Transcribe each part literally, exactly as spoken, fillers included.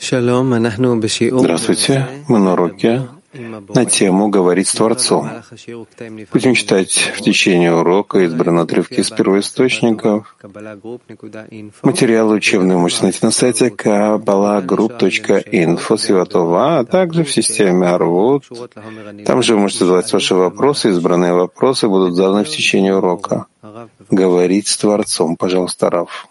Здравствуйте, мы на уроке на тему «Говорить с Творцом». Будем читать в течение урока избранные отрывки из первоисточников. Материалы учебные можете найти на сайте каббала груп точка инфо Сиватова, а также в системе Арвут. Там же вы можете задавать ваши вопросы, избранные вопросы будут заданы в течение урока. Говорить с Творцом, пожалуйста, Рав.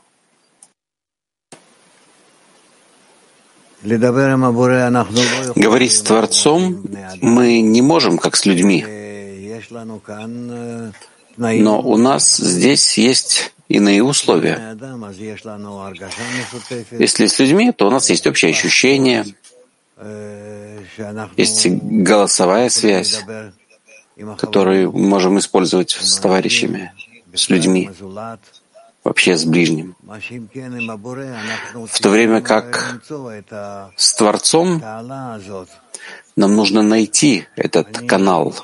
Говорить с Творцом мы не можем, как с людьми. Но у нас здесь есть иные условия. Если с людьми, то у нас есть общее ощущение, есть голосовая связь, которую мы можем использовать с товарищами, с людьми, вообще с ближним. В то время как с Творцом нам нужно найти этот канал.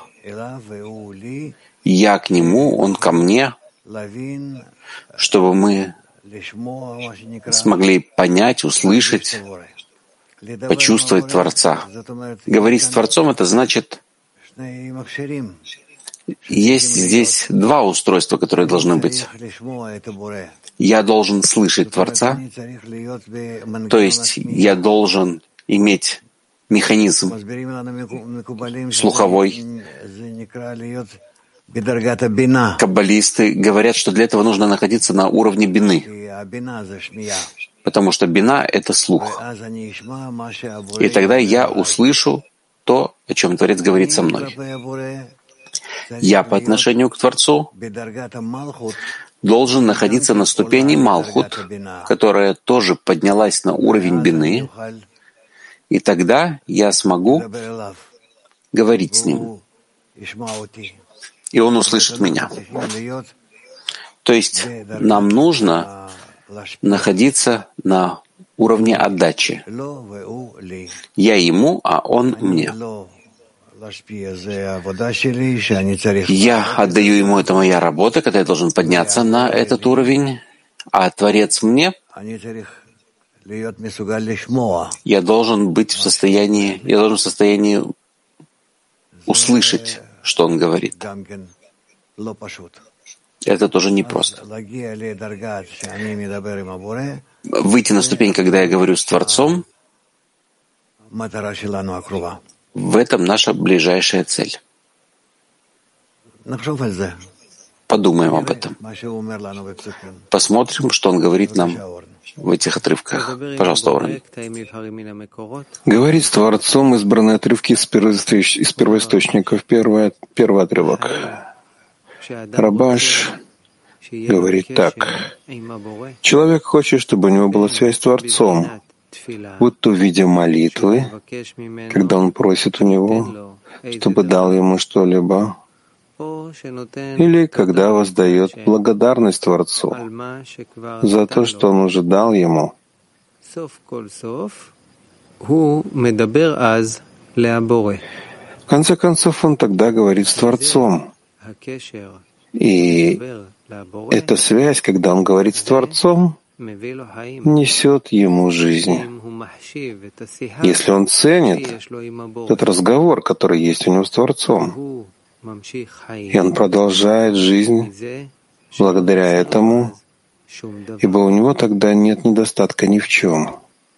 Я к Нему, Он ко мне, чтобы мы смогли понять, услышать, почувствовать Творца. Говорить с Творцом — это значит, есть здесь два устройства, которые должны быть. Я должен слышать Творца, то есть я должен иметь механизм слуховой. Каббалисты говорят, что для этого нужно находиться на уровне бины, потому что бина — это слух. И тогда я услышу то, о чем Творец говорит со мной. Я по отношению к Творцу должен находиться на ступени Малхут, которая тоже поднялась на уровень бины, и тогда я смогу говорить с Ним, и Он услышит меня. То есть нам нужно находиться на уровне отдачи. Я Ему, а Он мне. Я отдаю Ему, это моя работа, когда я должен подняться на этот уровень, а Творец мне, я должен быть в состоянии, я должен в состоянии услышать, что Он говорит. Это тоже непросто. Выйти на ступень, когда я говорю с Творцом, в этом наша ближайшая цель. Подумаем об этом. Посмотрим, что Он говорит нам в этих отрывках. Пожалуйста, Орен. Говорить с Творцом избранные отрывки из первоисточников. Первый, первый отрывок. Рабаш говорит так. Человек хочет, чтобы у него была связь с Творцом, будь то в виде молитвы, когда он просит у Него, чтобы дал ему что-либо, или когда воздает благодарность Творцу за то, что он уже дал ему. В конце концов, он тогда говорит с Творцом. И эта связь, когда он говорит с Творцом, несет ему жизнь. Если он ценит этот разговор, который есть у него с Творцом, и он продолжает жизнь благодаря этому, ибо у него тогда нет недостатка ни в чем.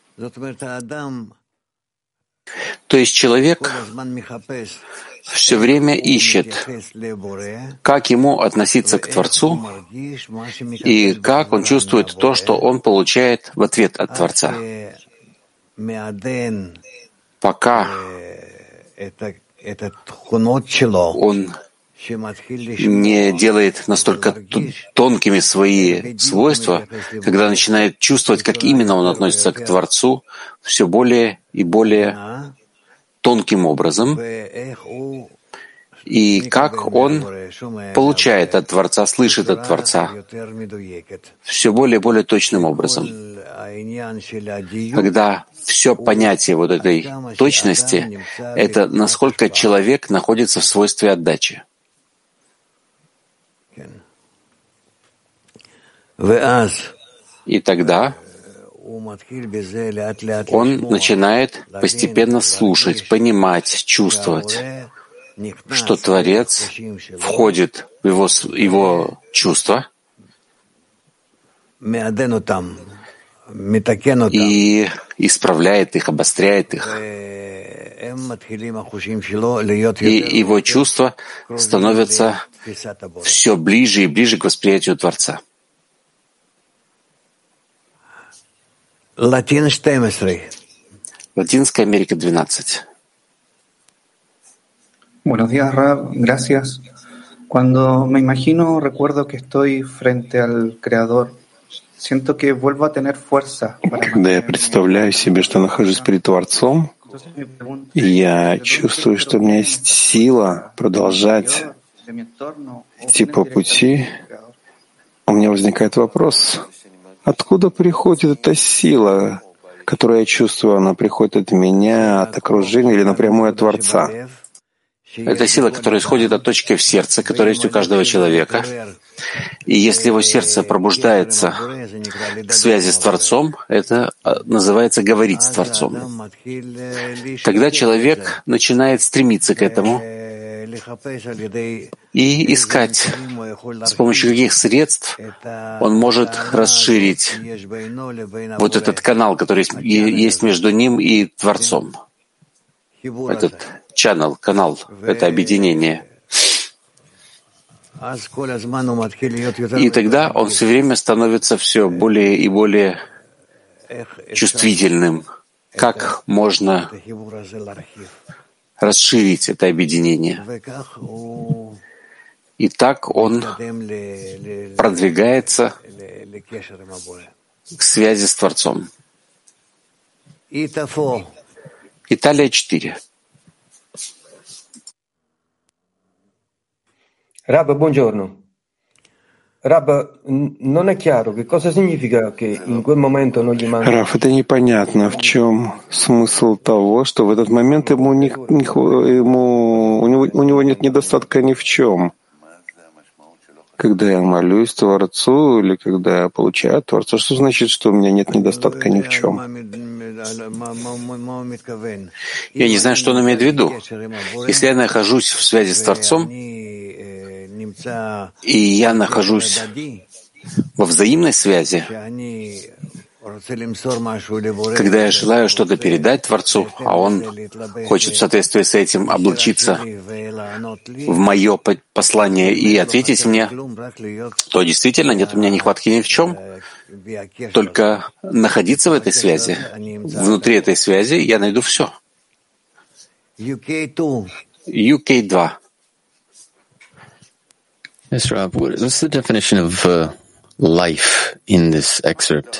То есть человек все время ищет, как ему относиться к Творцу и как он чувствует то, что он получает в ответ от Творца. Пока он не делает настолько тонкими свои свойства, когда начинает чувствовать, как именно он относится к Творцу все более и более тонким образом, и как он получает от Творца, слышит от Творца все более и более точным образом. Когда все понятие вот этой точности — это насколько человек находится в свойстве отдачи. И тогда он начинает постепенно слушать, понимать, чувствовать, что Творец входит в его, его чувства и исправляет их, обостряет их. И его чувства становятся все ближе и ближе к восприятию Творца. Латинская Америка двенадцать. Buenos días, Rab. Gracias. Cuando me imagino, recuerdo que estoy frente al Creador. Siento que vuelvo a tener fuerza. Когда я представляю себе, что нахожусь перед Творцом, я чувствую, что у меня есть сила продолжать идти по пути. У меня возникает вопрос, откуда приходит эта сила, которую я чувствую, она приходит от меня, от окружения или напрямую от Творца? Это сила, которая исходит от точки в сердце, которая есть у каждого человека. И если его сердце пробуждается к связи с Творцом, это называется говорить с Творцом. Тогда человек начинает стремиться к этому и искать, с помощью каких средств он может расширить вот этот канал, который есть между ним и Творцом. Этот channel, канал, это объединение. И тогда он все время становится все более и более чувствительным. Как можно расширить это объединение? И так он продвигается к связи с Творцом. Италия четыре. Rabba, buongiorno. Rabba, non è chiaro che cosa significa che in quel momento non gli manca. Раф, это непонятно, в чем смысл того, что в этот момент ему, не, не, ему у, него, у него нет недостатка ни в чем. Когда я молюсь Творцу или когда я получаю от Творца, что значит, что у меня нет недостатка ни в чем? Я не знаю, что он имеет в виду. Если я нахожусь в связи с Творцом, и я нахожусь во взаимной связи, когда я желаю что-то передать Творцу, а Он хочет в соответствии с этим облачиться в мое послание и ответить мне, то действительно нет у меня нехватки ни в чем, только находиться в этой связи. Внутри этой связи я найду все. ю кей два. Yes, Rob, what's the definition of uh, life in this excerpt?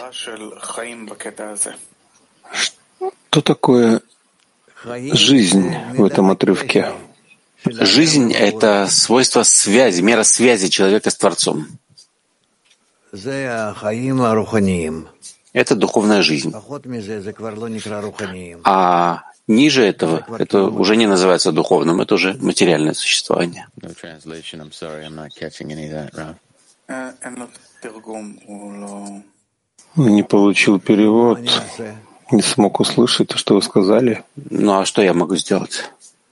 Что такое жизнь в этом отрывке? Жизнь — это свойство связи, мера связи человека с Творцом. Это духовная жизнь. А ниже этого это уже не называется духовным, это уже материальное существование. Не получил перевод, не смог услышать то, что вы сказали. Ну а что я могу сделать?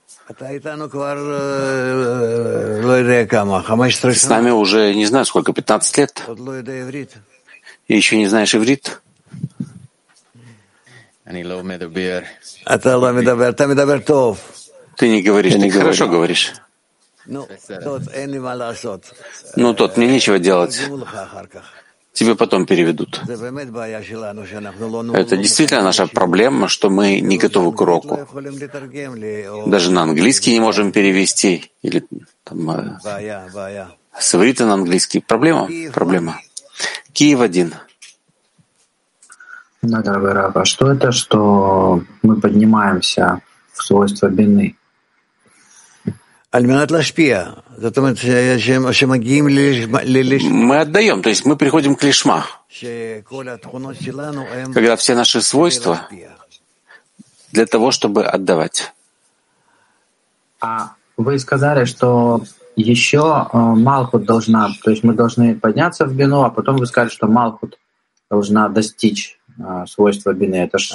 Ты с нами уже, не знаю сколько, пятнадцать лет? И еще не знаешь иврит? Ты не говоришь, ты не хорошо говоришь. Ну, тот, мне нечего делать. Тебе потом переведут. Это действительно наша проблема, что мы не готовы к уроку. Даже на английский не можем перевести. Или там, с иврита на английский. Проблема? Проблема. Киев один. Да, дорогой Раб, а что это, что мы поднимаемся в свойства бины? Мы отдаем, то есть мы приходим к лишма, когда все наши свойства для того, чтобы отдавать. А вы сказали, что еще Малхут должна, то есть мы должны подняться в бину, а потом вы сказали, что Малхут должна достичь свойства бины. Это ж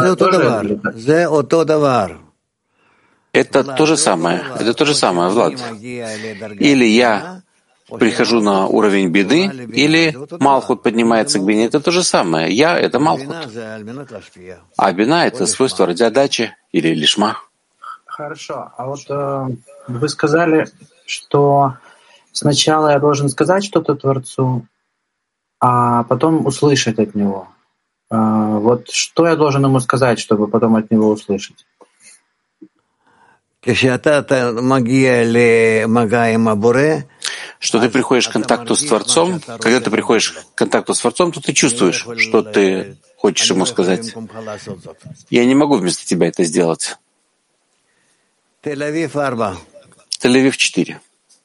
Это то же самое. Это то же самое, Влад. Или я прихожу на уровень бины, или Малхут поднимается к бине. Это то же самое. Я — это Малхут. А бина — это свойство ради отдачи или лишма. Хорошо. А вот э, вы сказали, что сначала я должен сказать что-то Творцу, а потом услышать от него. Э, вот что я должен ему сказать, чтобы потом от него услышать? Что ты приходишь к контакту с Творцом, когда ты приходишь к контакту с Творцом, то ты чувствуешь, что ты хочешь ему сказать. Я не могу вместо тебя это сделать. Тель-Авив четыре.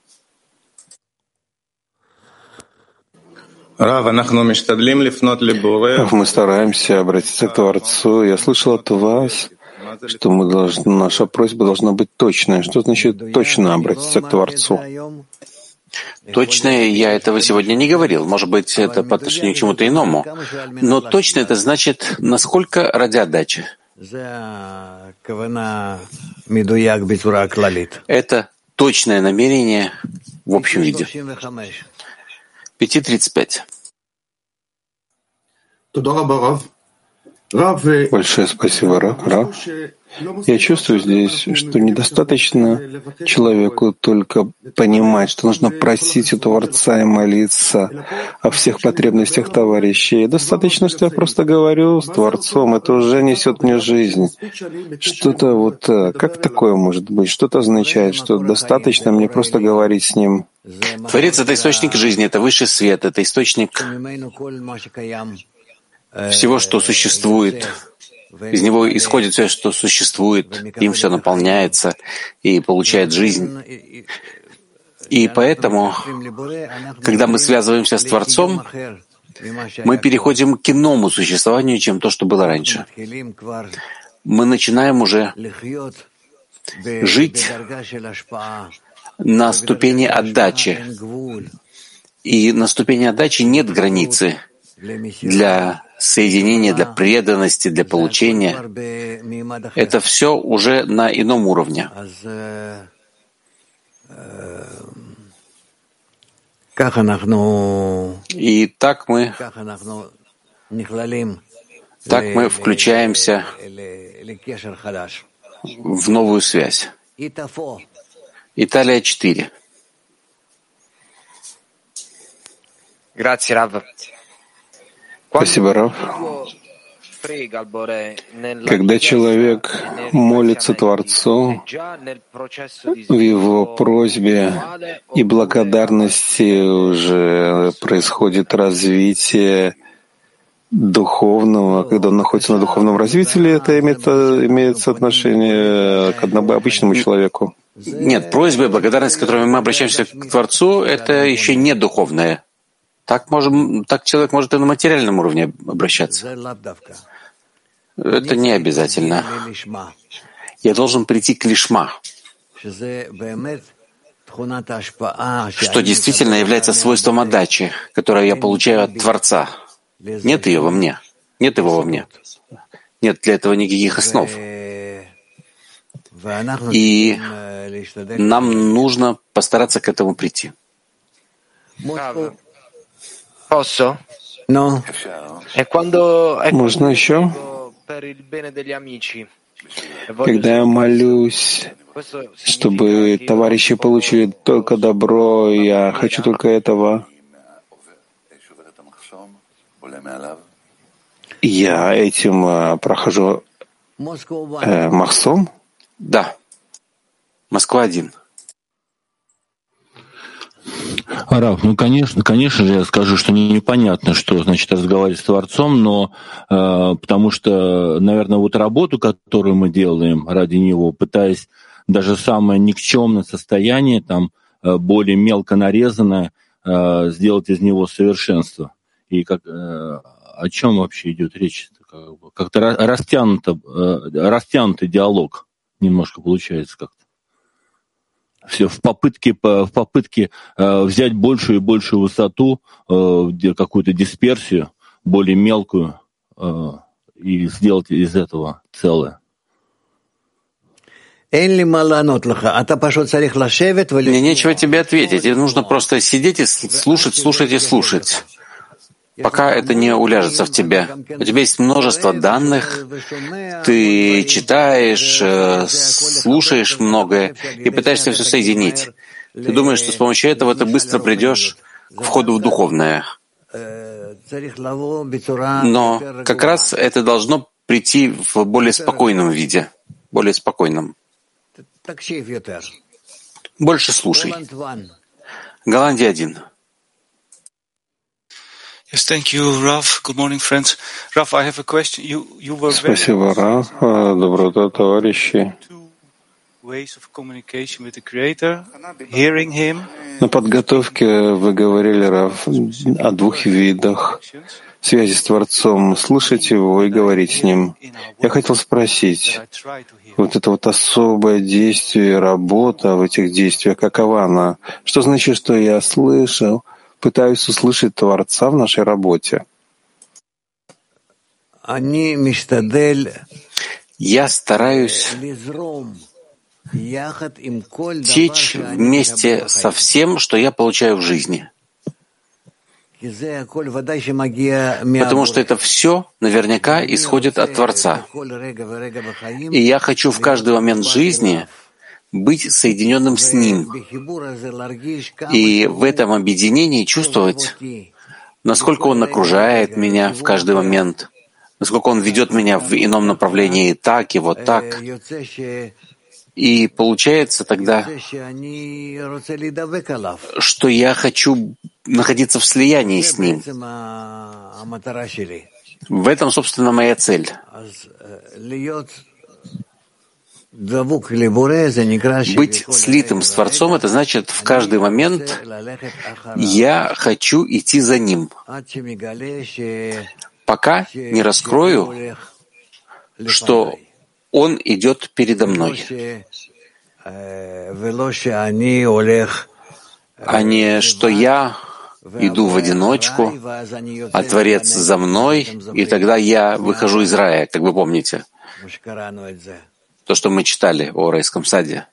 Мы стараемся обратиться к Творцу. Я слышал от вас, что мы должны, наша просьба должна быть точной. Что значит точно обратиться к Творцу? Точно я этого сегодня не говорил. Может быть, это по отношению к чему-то иному. Но точно это значит, насколько ради отдачи. Это точное намерение в общем виде. пять тридцать пять. Большое спасибо, Рав. Рав. Я чувствую здесь, что недостаточно человеку только понимать, что нужно просить у Творца и молиться о всех потребностях товарищей. Достаточно, что я просто говорю с Творцом, это уже несет мне жизнь. Что-то вот, как такое может быть? Что-то означает, что достаточно мне просто говорить с Ним. Творец — это источник жизни, это высший свет, это источник всего, что существует. Из него исходит все, что существует, им все наполняется и получает жизнь. И поэтому, когда мы связываемся с Творцом, мы переходим к иному существованию, чем то, что было раньше. Мы начинаем уже жить на ступени отдачи. И на ступени отдачи нет границы для соединения, для преданности, для получения. Это все уже на ином уровне. И так мы, так мы включаемся в новую связь. Италия четыре. Спасибо, Рав. Когда человек молится Творцу, в его просьбе и благодарности уже происходит развитие духовного. Когда он находится на духовном развитии, это имеет, имеет соотношение к одному обычному человеку? Нет, просьба и благодарность, с которыми мы обращаемся к Творцу, это еще не духовное. Так, можем, так человек может и на материальном уровне обращаться. Это не обязательно. Я должен прийти к лишма, что действительно является свойством отдачи, которое я получаю от Творца. Нет ее во мне. Нет его во мне. Нет для этого никаких основ. И нам нужно постараться к этому прийти. Можно еще? Когда я молюсь, чтобы товарищи получили только добро, я хочу только этого, я этим э, прохожу э, Махсом? Да. Москва один. Рав, ну, конечно, конечно же, я скажу, что непонятно, что значит разговаривать с Творцом, но э, потому что, наверное, вот работу, которую мы делаем ради Него, пытаясь даже самое никчемное состояние, там, э, более мелко нарезанное, э, сделать из него совершенство. И как, э, о чем вообще идет речь? Как бы, как-то растянуто, э, растянутый диалог немножко получается как-то. Все в попытке, в попытке э, взять большую и большую высоту, э, какую-то дисперсию, более мелкую, и сделать из этого целое. Мне нечего тебе ответить. Тебе нужно просто сидеть и слушать, слушать и слушать, пока это не уляжется в тебя. У тебя есть множество данных, ты читаешь, слушаешь многое и пытаешься все соединить. Ты думаешь, что с помощью этого ты быстро придешь к входу в духовное. Но как раз это должно прийти в более спокойном виде, более спокойном. Больше слушай. Голландия один. Yes, thank you, Rav. Good morning, friends. Rav, I have a question. You, you were Спасибо, Рав. Доброе утро, товарищи. Ways of communication with the Creator, hearing Him. На подготовке вы говорили, Рав, о двух видах связи с Творцом, слышать Его и говорить с Ним. Я хотел спросить, вот это вот особое действие, работа в этих действиях, какова она? Что значит, что я слышал, пытаюсь услышать Творца в нашей работе? Я стараюсь течь вместе со всем, что я получаю в жизни. Потому что это все наверняка исходит от Творца. И я хочу в каждый момент жизни быть соединенным с Ним. И в этом объединении чувствовать, насколько Он окружает меня в каждый момент, насколько Он ведет меня в ином направлении так и вот так. И получается тогда, что я хочу находиться в слиянии с Ним. В этом, собственно, моя цель. Быть слитым с Творцом — это значит, в каждый момент я хочу идти за Ним, пока не раскрою, что Он идет передо мной, а не что я иду в одиночку, а Творец за мной, и тогда я выхожу из рая, как вы помните. То, что мы читали о райском саде.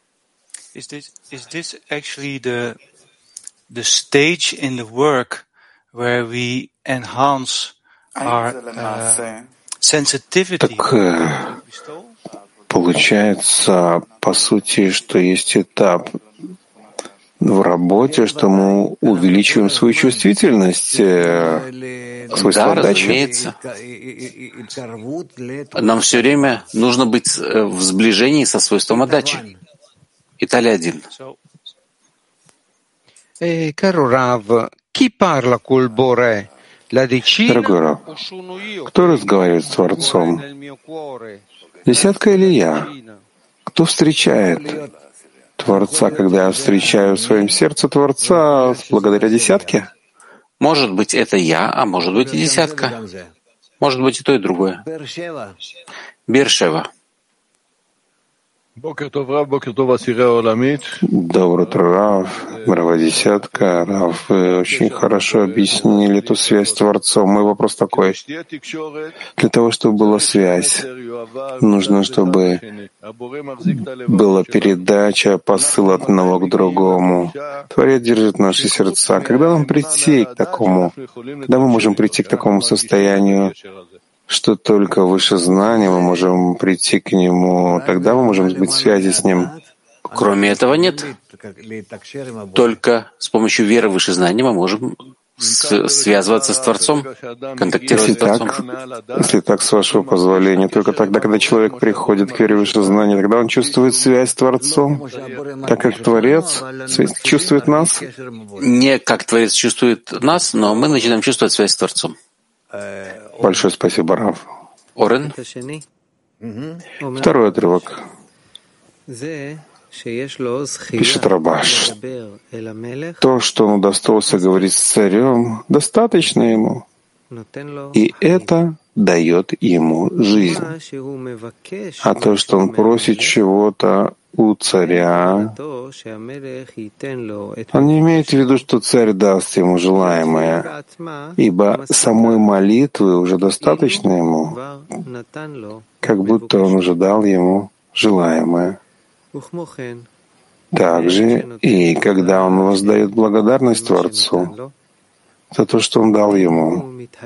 Так получается, по сути, что есть этап в работе, что мы увеличиваем свою чувствительность к свойству да, отдачи. Разумеется. Нам все время нужно быть в сближении со свойством отдачи. Италия один. Дорогой Рав, кто разговаривает с Творцом? Десятка или я? Кто встречает Творца, когда я встречаю в своем сердце Творца благодаря десятке? Может быть, это я, а может быть и десятка. Может быть и то, и другое. Беэр-Шева. Доброе утро, Рав, мировая десятка. Рав, вы очень хорошо объяснили эту связь с Творцом. Мой вопрос такой. Для того, чтобы была связь, нужно, чтобы была передача, посыл от одного к другому. Творец держит наши сердца. Когда нам прийти к такому, когда мы можем прийти к такому состоянию, что только выше знания мы можем прийти к Нему, тогда мы можем быть в связи с Ним. Кроме этого нет. Только с помощью веры выше знания мы можем с- связываться с Творцом, контактировать Если с Творцом. так, если так, с вашего позволения, только тогда, когда человек приходит к вере выше знания, тогда он чувствует связь с Творцом, так как Творец чувствует нас. Не как Творец чувствует нас, но мы начинаем чувствовать связь с Творцом. Большое спасибо, Рав. Орен? Второй отрывок. Пишет Рабаш. То, что он удостоился говорить с царем, достаточно ему. И это дает ему жизнь. А то, что он просит чего-то у царя, он не имеет в виду, что царь даст ему желаемое, ибо самой молитвы уже достаточно ему, как будто он уже дал ему желаемое. Также и когда он воздает благодарность Творцу за то, что он дал ему,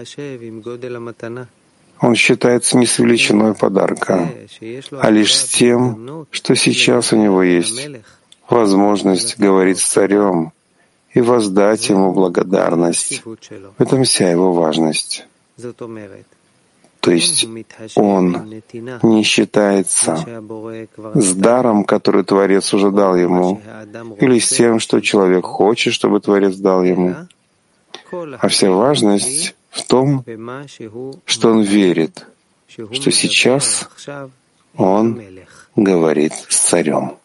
он считается не с величиной подарка, а лишь с тем, что сейчас у него есть возможность говорить с царем и воздать ему благодарность. В этом вся его важность. То есть он не считается с даром, который Творец уже дал ему, или с тем, что человек хочет, чтобы Творец дал ему. А вся важность в том, что он верит, что сейчас он говорит с царем.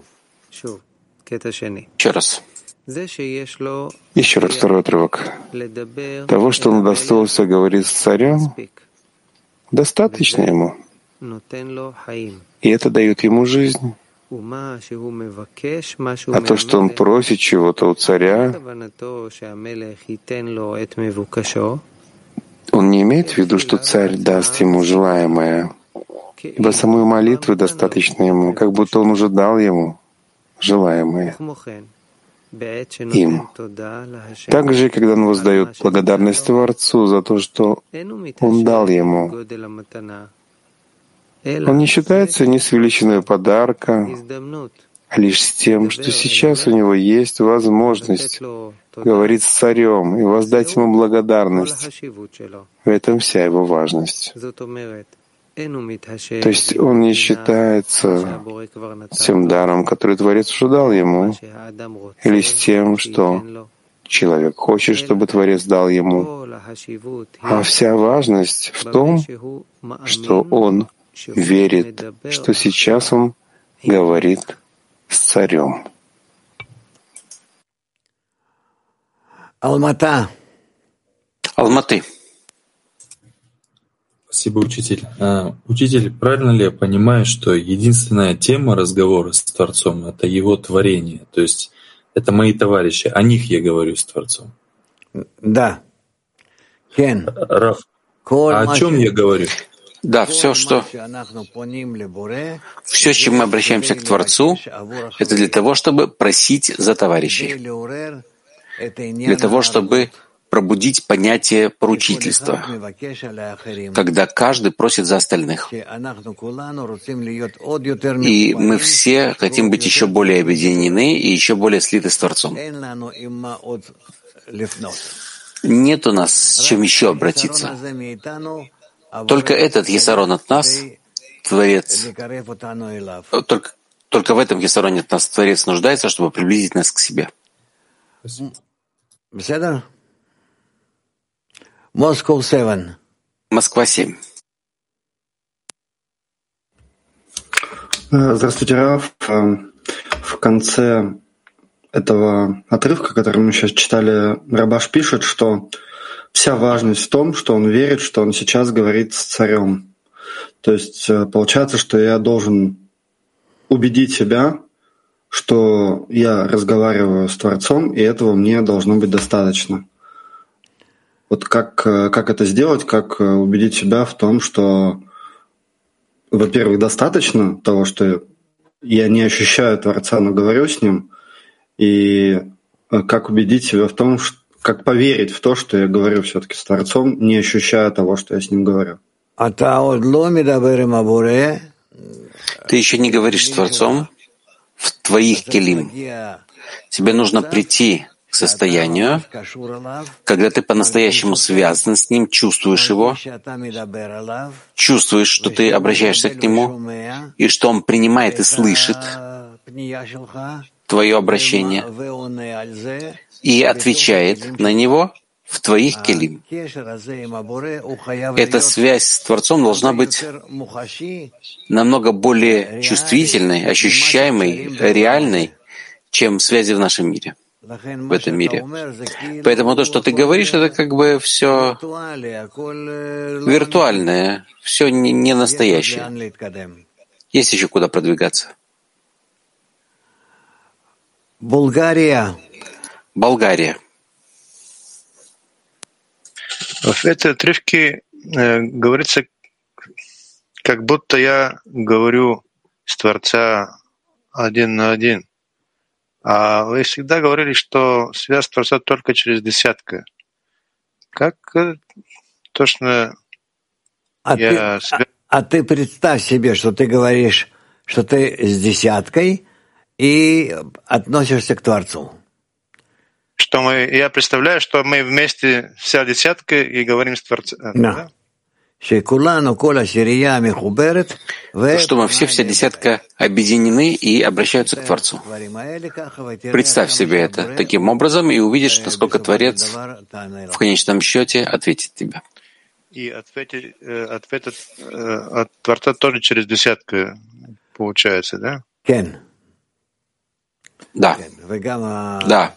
Еще раз. Еще раз второй отрывок. Того, что он удостоился говорить с царем, достаточно ему. И это дает ему жизнь. А то, что он просит чего-то у царя, он не имеет в виду, что царь даст ему желаемое, ибо самой молитвы достаточно ему, как будто он уже дал ему желаемое им. Также, когда он воздает благодарность Творцу за то, что он дал ему, он не считается ни с величиной подарка, а лишь с тем, что сейчас у него есть возможность говорить с царем и воздать ему благодарность. В этом вся его важность. То есть он не считается тем даром, который Творец уже дал ему, или с тем, что человек хочет, чтобы Творец дал ему. А вся важность в том, что он верит, что сейчас он говорит с царем. Алматы. Спасибо, учитель. А, учитель, правильно ли я понимаю, что единственная тема разговора с Творцом — это его творение? То есть это мои товарищи, о них я говорю с Творцом? Да. Раф, а о чем я говорю? Да, все, что... Все, с чем мы обращаемся к Творцу, это для того, чтобы просить за товарищей. Для того, чтобы пробудить понятие поручительства, когда каждый просит за остальных. И мы все хотим быть еще более объединены и еще более слиты с Творцом. Нет у нас с чем еще обратиться. Только этот Есарон от нас, Творец, только, только в этом Есароне от нас Творец нуждается, чтобы приблизить нас к себе. Москва семь. Здравствуйте, Раф. В конце этого отрывка, который мы сейчас читали, Рабаш пишет, что вся важность в том, что он верит, что он сейчас говорит с царем. То есть получается, что я должен убедить себя, что я разговариваю с Творцом, и этого мне должно быть достаточно. Вот как, как это сделать, как убедить себя в том, что, во-первых, достаточно того, что я не ощущаю Творца, но говорю с Ним, и как убедить себя в том, что как поверить в то, что я говорю все-таки с Творцом, не ощущая того, что я с Ним говорю. Ты еще не говоришь с Творцом в твоих келим. Тебе нужно прийти к состоянию, когда ты по-настоящему связан с Ним, чувствуешь Его, чувствуешь, что ты обращаешься к Нему, и что Он принимает и слышит твое обращение и отвечает на него в твоих келим. Эта связь с Творцом должна быть намного более чувствительной, ощущаемой, реальной, чем связи в нашем мире, в этом мире. Поэтому то, что ты говоришь, это как бы все виртуальное, все не настоящее. Есть еще куда продвигаться. Болгария. Болгария. В этой отрывке э, говорится, как будто я говорю с Творца один на один. А вы всегда говорили, что связь Творца только через десятка. Как э, точно а я... Ты, свя... а, а ты представь себе, что ты говоришь, что ты с десяткой и относишься к Творцу. Что мы, я представляю, что мы вместе вся десятка и говорим с Творцем. Да. Да? Что мы все, вся десятка объединены и обращаются к Творцу. Представь себе это таким образом и увидишь, насколько Творец в конечном счете ответит тебе. И ответит, ответ от, от Творца тоже через десятку получается, да? Да. Да.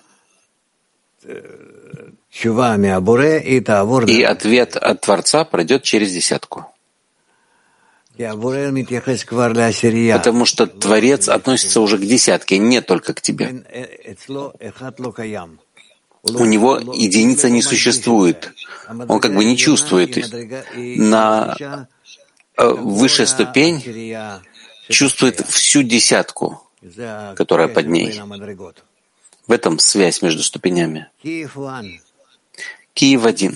И ответ от Творца пройдет через десятку. Потому что Творец относится уже к десятке, не только к тебе. У него единица не существует. Он как бы не чувствует. На высшая ступень чувствует всю десятку, которая под ней. В этом связь между ступенями. Киев один.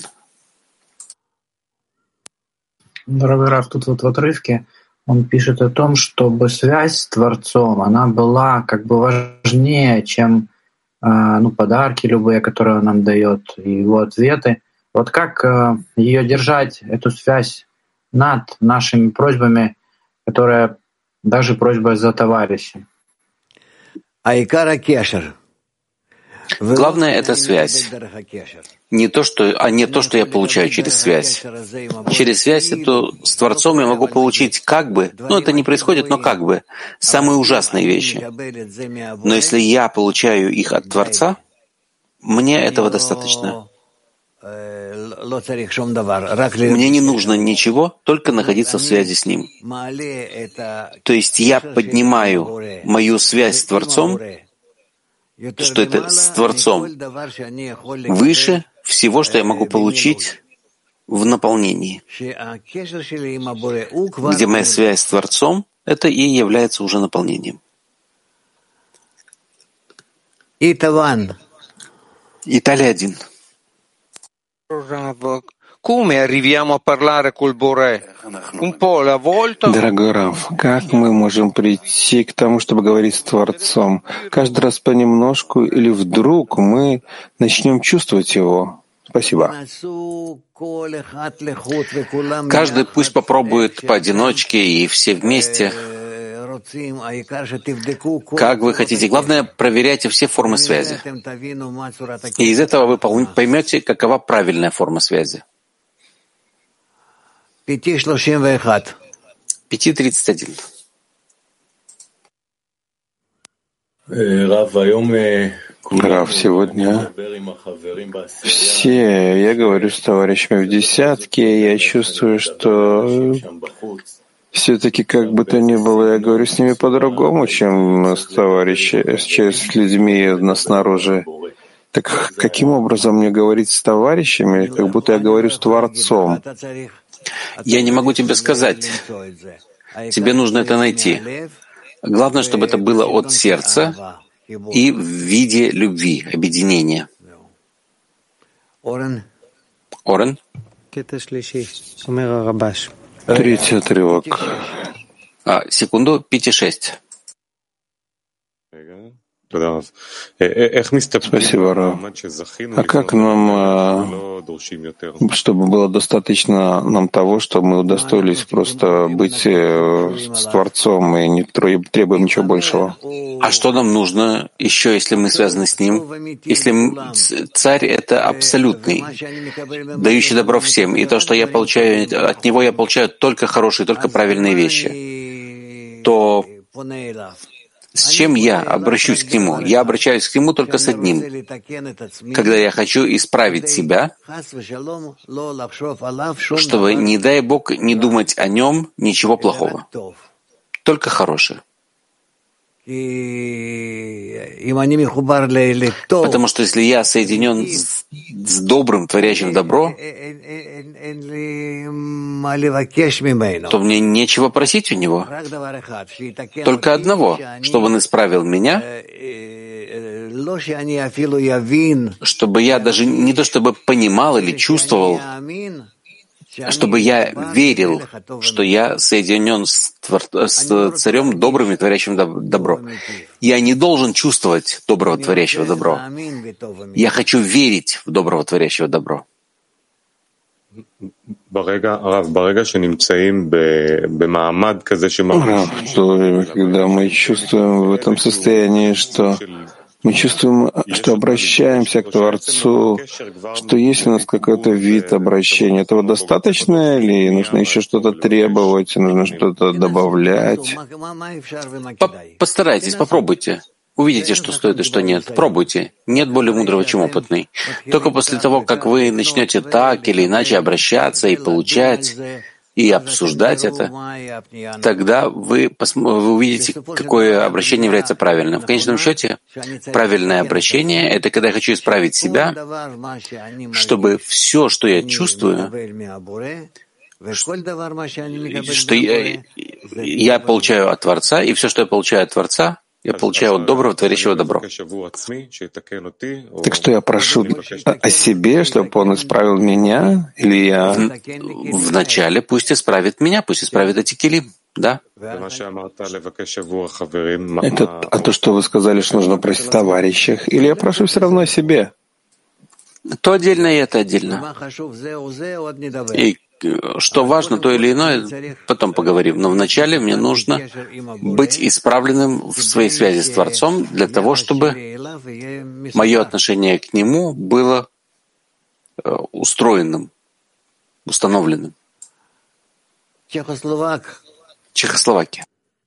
Дорогой Рав, тут вот в отрывке он пишет о том, чтобы связь с Творцом, она была как бы важнее, чем ну, подарки любые, которые он нам дает, и его ответы. Вот как ее держать, эту связь над нашими просьбами, которая даже просьба за товарища? Айкара кешер. Главное — это связь. Не то, что, а не то, что я получаю через связь. Через связь эту с Творцом я могу получить как бы, ну это не происходит, но как бы, самые ужасные вещи. Но если я получаю их от Творца, мне этого достаточно. Мне не нужно ничего, только находиться в связи с Ним. То есть я поднимаю мою связь с Творцом, что это с Творцом, выше всего, что я могу получить в наполнении. Где моя связь с Творцом, это и является уже наполнением. Италия один. Дорогой Рав, как мы можем прийти к тому, чтобы говорить с Творцом? Каждый раз понемножку или вдруг мы начнем чувствовать Его? Спасибо. Каждый пусть попробует поодиночке и все вместе. Как вы хотите. Главное, проверяйте все формы связи. И из этого вы поймете, какова правильная форма связи. пять тридцать один. Рав, сегодня все, я говорю с товарищами в десятке, я чувствую, что все-таки как бы то ни было, я говорю с ними по-другому, чем с товарищами, с людьми снаружи. Так каким образом мне говорить с товарищами, как будто я говорю с Творцом? Я не могу тебе сказать. Тебе нужно это найти. Главное, чтобы это было от сердца и в виде любви, объединения. Орен? Третий отрывок. А, секунду, пять и шесть. Спасибо, Рав. А как нам, чтобы было достаточно нам того, что мы удостоились просто быть с Творцом и не требуем ничего большего? А что нам нужно еще, если мы связаны с Ним? Если Царь — это абсолютный, дающий добро всем, и то, что я получаю от Него, я получаю только хорошие, только правильные вещи, то с чем я обращусь к Нему? Я обращаюсь к Нему только с одним. Когда я хочу исправить себя, чтобы, не дай Бог, не думать о Нем ничего плохого. Только хорошее. Потому что если я соединен с, с добрым, творящим добро, то мне нечего просить у него. Только одного, чтобы он исправил меня, чтобы я даже не то чтобы понимал или чувствовал, чтобы я верил, что я соединен с, твор... с царем добрым и творящим добро. Я не должен чувствовать доброго творящего добро. Я хочу верить в доброго творящего добро. Рав, в то время, когда мы чувствуем в этом состоянии, что мы чувствуем, что обращаемся к Творцу, что есть у нас какой-то вид обращения. Этого достаточно или нужно еще что-то требовать, нужно что-то добавлять? Постарайтесь, попробуйте. Увидите, что стоит и что нет. Пробуйте. Нет более мудрого, чем опытный. Только после того, как вы начнете так или иначе обращаться и получать, и обсуждать это, тогда вы, посм... вы увидите, какое обращение является правильным. В конечном счете, правильное обращение — это когда я хочу исправить себя, чтобы все, что я чувствую, что я, я получаю от Творца, и все, что я получаю от Творца, я получаю от доброго, творящего добро. Так что я прошу о себе, чтобы он исправил меня, или я... Вначале пусть исправит меня, пусть исправит эти килим, да? Это, а то, что вы сказали, что нужно просить о товарищах, или я прошу все равно о себе? То отдельно, и это отдельно. И что важно, то или иное, потом поговорим. Но вначале мне нужно быть исправленным в своей связи с Творцом для того, чтобы мое отношение к Нему было устроенным, установленным. Чехословакия.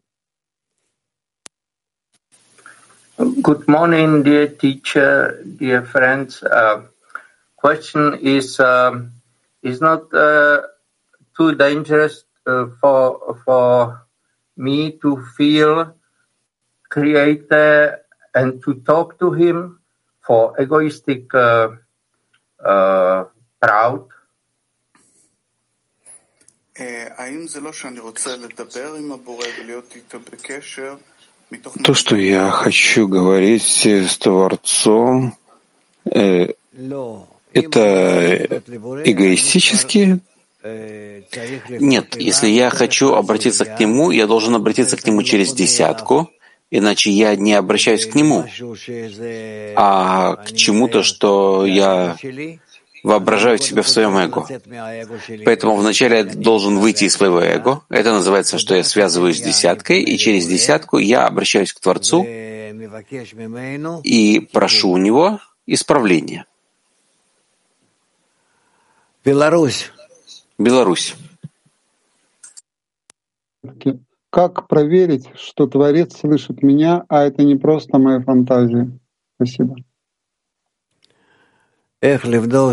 Good morning, dear teacher, dear friends. Uh, question is... Uh, It's not uh, too dangerous uh, for for me to feel creator and to talk to him for egoistic uh, uh, proud. То, что я хочу говорить с Творцом, э, это эгоистически? Нет, если я хочу обратиться к Нему, я должен обратиться к Нему через десятку, иначе я не обращаюсь к Нему, а к чему-то, что я воображаю себя в своем эго. Поэтому вначале я должен выйти из своего эго. Это называется, что я связываюсь с десяткой, и через десятку я обращаюсь к Творцу и прошу у Него исправления. Беларусь. Беларусь. Как проверить, что Творец слышит меня, а это не просто моя фантазия? Спасибо. Как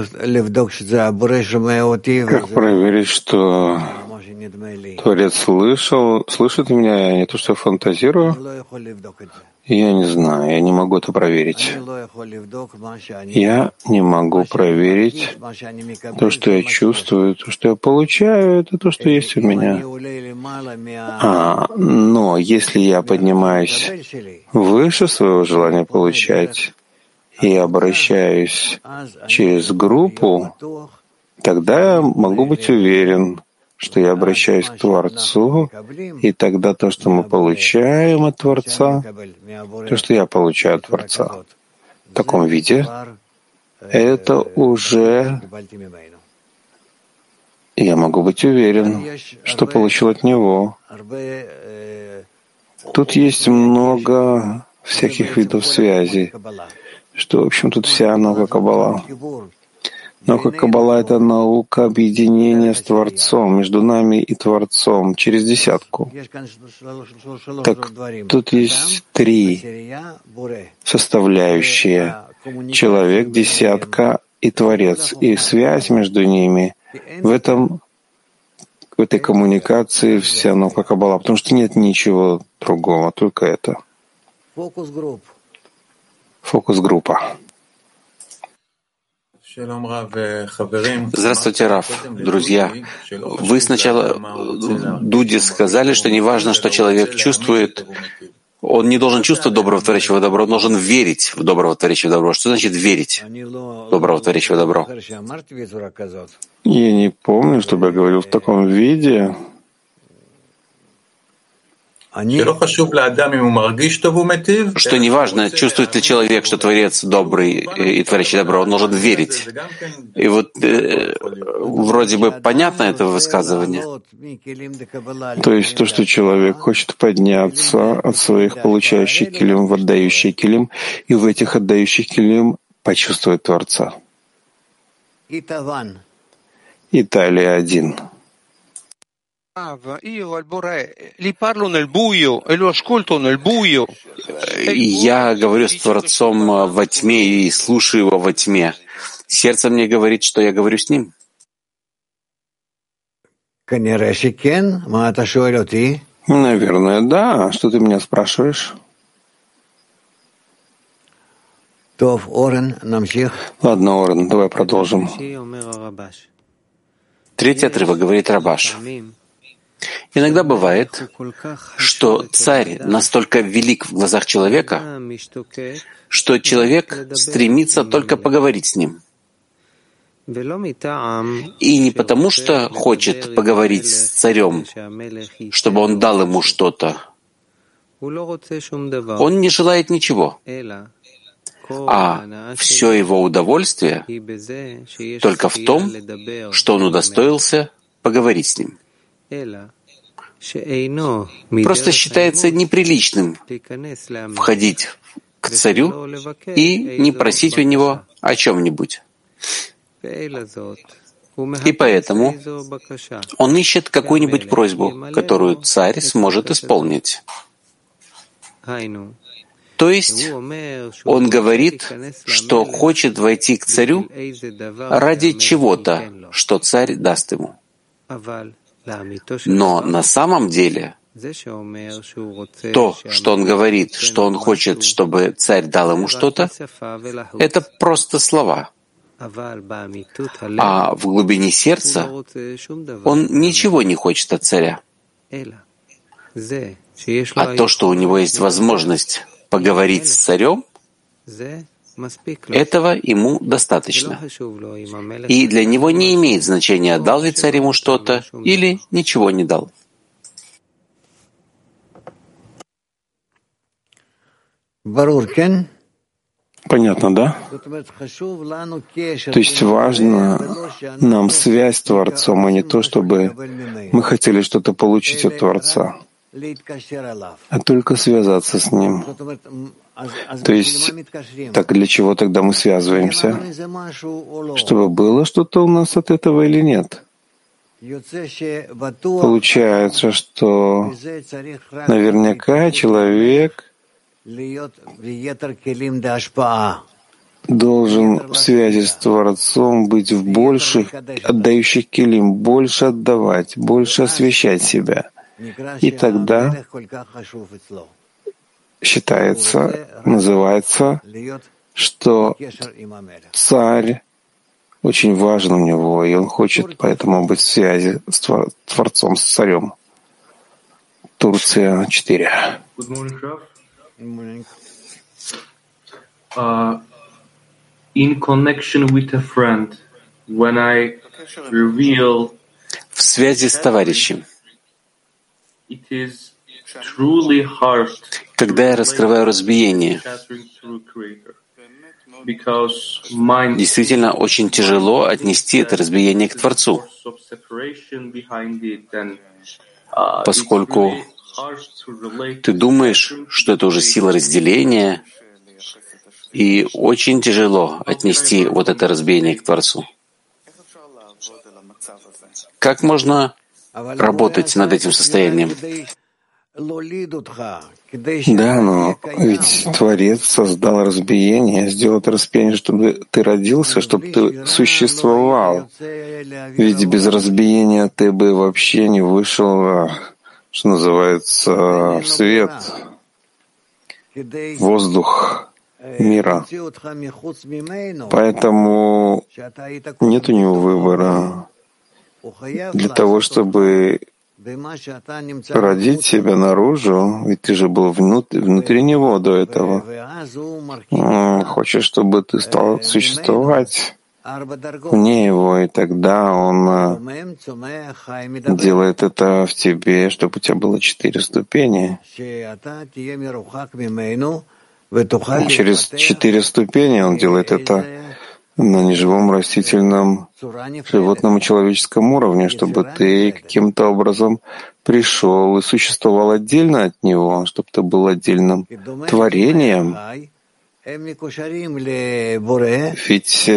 проверить, что Творец слышал, слышит меня, а не то, что я фантазирую? Я не знаю, я не могу это проверить. Я не могу проверить то, что я чувствую, то, что я получаю, это то, что есть у меня. А, но если я поднимаюсь выше своего желания получать и обращаюсь через группу, тогда я могу быть уверен, что я обращаюсь к Творцу, и тогда то, что мы получаем от Творца, то, что я получаю от Творца в таком виде, это уже я могу быть уверен, что получил от Него. Тут есть много всяких видов связи, что, в общем, тут вся наука Каббала. Наука Каббала — это наука объединения с Творцом, между нами и Творцом, через десятку. Так тут есть три составляющие — человек, десятка и Творец. И связь между ними в этом, в этой коммуникации вся наука Каббала, потому что нет ничего другого, только это. Фокус-группа. Здравствуйте, Рав. Друзья, вы сначала Дуде сказали, что не важно, что человек чувствует, он не должен чувствовать доброго творящего добро, он должен верить в доброго творящего добро. Что значит верить в доброго творящего добро? Я не помню, чтобы я говорил в таком виде. Что неважно, чувствует ли человек, что Творец добрый и творящий добро, он должен верить. И вот э, вроде бы понятно это высказывание. То есть то, что человек хочет подняться от своих получающих килим в отдающий килим, и в этих отдающих килим почувствовать Творца. Италия один. Я говорю с Творцом во тьме и слушаю его во тьме. Сердце мне говорит, что я говорю с ним. Наверное, да. Что ты меня спрашиваешь? Ладно, Орен, давай продолжим. Третий отрывок говорит Рабаш. Иногда бывает, что царь настолько велик в глазах человека, что человек стремится только поговорить с ним. И не потому, что хочет поговорить с царем, чтобы он дал ему что-то. Он не желает ничего. А все его удовольствие только в том, что он удостоился поговорить с ним. Просто считается неприличным входить к царю и не просить у него о чем-нибудь. И поэтому он ищет какую-нибудь просьбу, которую царь сможет исполнить. То есть он говорит, что хочет войти к царю ради чего-то, что царь даст ему. Но на самом деле то, что он говорит, что он хочет, чтобы царь дал ему что-то, это просто слова. А в глубине сердца он ничего не хочет от царя. А то, что у него есть возможность поговорить с царем, этого ему достаточно. И для него не имеет значения, дал ли царь ему что-то или ничего не дал. Понятно, да? То есть важно нам связь с Творцом, а не то, чтобы мы хотели что-то получить от Творца, а только связаться с Ним. То есть, так для чего тогда мы связываемся? Чтобы было что-то у нас от этого или нет? Получается, что наверняка человек должен в связи с Творцом быть в больших, отдающих килим, больше отдавать, больше освещать себя. И тогда считается, называется, что царь очень важен у него, и он хочет поэтому быть в связи с Творцом, с царем. Турция четыре. Uh, in connection with a friend, when I reveal, в связи с товарищем, it is truly hard, когда я раскрываю разбиение, действительно очень тяжело отнести это разбиение к Творцу, поскольку ты думаешь, что это уже сила разделения, и очень тяжело отнести вот это разбиение к Творцу. Как можно работать над этим состоянием? Да, но ведь Творец создал разбиение, сделал это разбиение, чтобы ты родился, чтобы ты существовал. Ведь без разбиения ты бы вообще не вышел, что называется, в свет. воздух мира. Поэтому нет у него выбора. Для того, чтобы родить себя наружу, ведь ты же был внутри, внутри него до этого. Он хочет, чтобы ты стал существовать вне его, и тогда он делает это в тебе, чтобы у тебя было четыре ступени. Через четыре ступени он делает это на неживом, растительном, животном и человеческом уровне, чтобы ты каким-то образом пришел и существовал отдельно от него, чтобы ты был отдельным творением. Ведь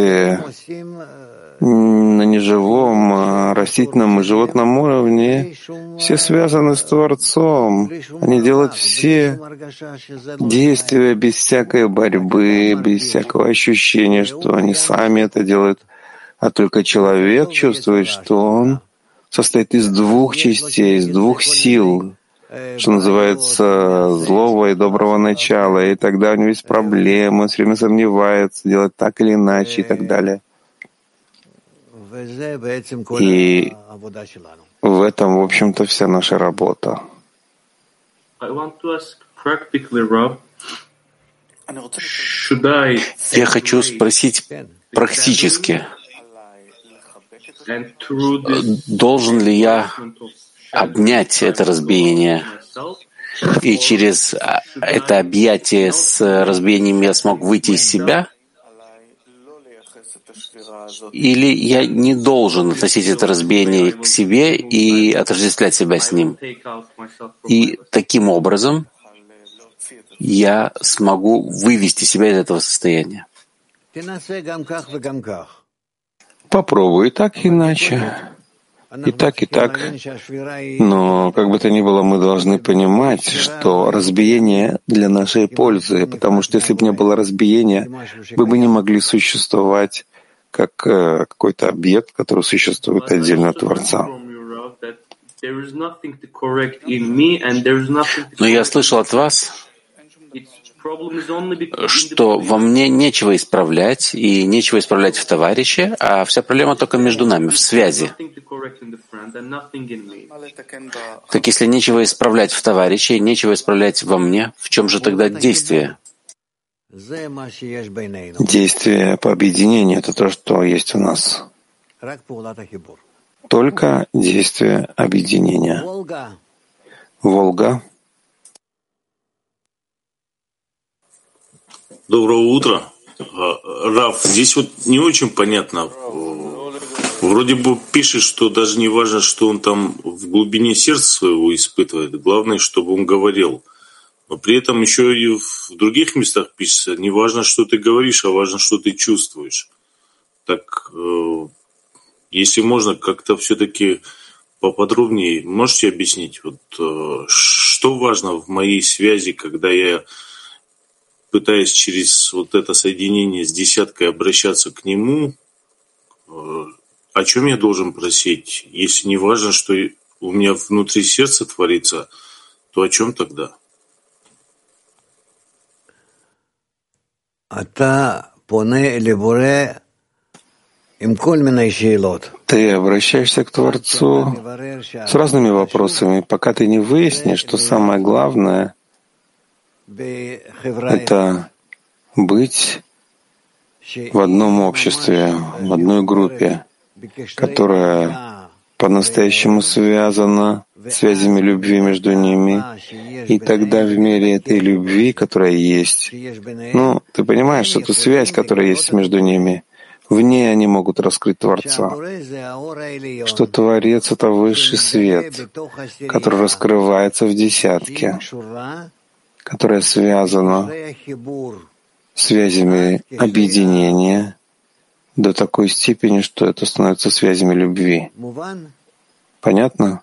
на неживом, растительном и животном уровне все связаны с Творцом. Они делают все действия без всякой борьбы, без всякого ощущения, что они сами это делают. А только человек чувствует, что он состоит из двух частей, из двух сил, что называется, злого и доброго начала. И тогда у него есть проблемы, он все время сомневается, делать так или иначе и так далее. И в этом, в общем-то, вся наша работа. Я хочу спросить практически, должен ли я обнять это разбиение, и через это объятие с разбиением я смог выйти из себя? Или я не должен относить это разбиение к себе и отождествлять себя с ним? И таким образом я смогу вывести себя из этого состояния. Попробуй и так, и иначе. И так, и так. Но, как бы то ни было, мы должны понимать, что разбиение для нашей пользы, потому что если бы не было разбиения, вы бы не могли существовать как э, какой-то объект, который существует отдельно от Творца. Но я слышал от вас, что во мне нечего исправлять, и нечего исправлять в товарище, а вся проблема только между нами, в связи. Так если нечего исправлять в товарище, и нечего исправлять во мне, в чем же тогда действие? Действие по объединению — это то, что есть у нас. Только действие объединения. Волга. Доброго утра. Рав, здесь вот не очень понятно. Вроде бы пишет, что даже не важно, что он там в глубине сердца своего испытывает. Главное, чтобы он говорил. Но при этом еще и в других местах пишется, не важно, что ты говоришь, а важно, что ты чувствуешь. Так, если можно, как-то все-таки поподробнее можете объяснить, вот, что важно в моей связи, когда я пытаясь через вот это соединение с десяткой обращаться к нему, о чем я должен просить? Если не важно, что у меня внутри сердца творится, то о чем тогда? Ты обращаешься к Творцу с разными вопросами, пока ты не выяснишь, что самое главное — это быть в одном обществе, в одной группе, которая по-настоящему связана связями любви между ними. И тогда в мире этой любви, которая есть, ну, ты понимаешь, что эту связь, которая есть между ними, в ней они могут раскрыть Творца. Что Творец — это высший свет, который раскрывается в десятке, которая связана связями объединения до такой степени, что это становится связями любви. Понятно?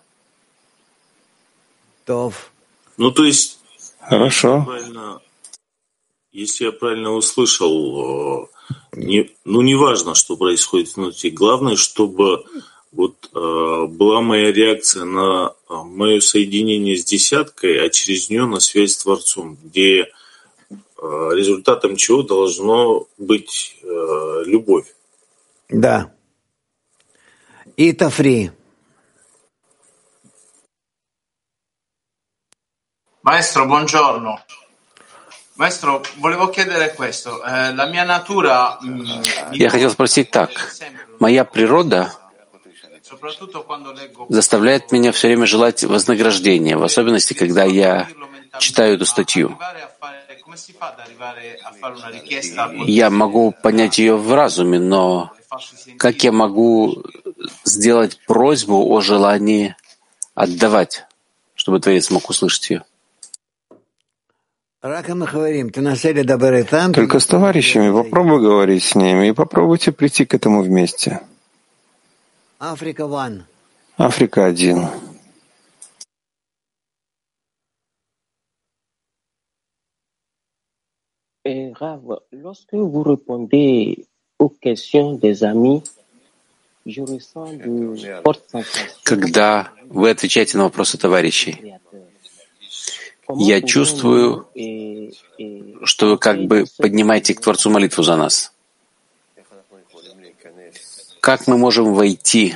Ну, то есть, хорошо. Если я правильно, если я правильно услышал, не, ну, не важно, что происходит внутри. Главное, чтобы вот э, была моя реакция на мое соединение с десяткой, а через нее на связь с Творцом, где результатом чего должно быть э, любовь. Да. И тафри. Maestro, buongiorno. Maestro, volevo chiedere questo. Eh, la mia natura... Mm, Я хотел спросить так. Моя природа заставляет меня все время желать вознаграждения, в особенности, когда я читаю эту статью. Я могу понять ее в разуме, но как я могу сделать просьбу о желании отдавать, чтобы Творец мог услышать ее? Только с товарищами попробуй говорить с ними и попробуйте прийти к этому вместе. Африка один. Rav, lorsque vous répondez aux questions des amis, je ressens de fortes sensations. Когда вы отвечаете на вопросы товарищей, я чувствую, что вы как бы поднимаете к Творцу молитву за нас. Как мы можем войти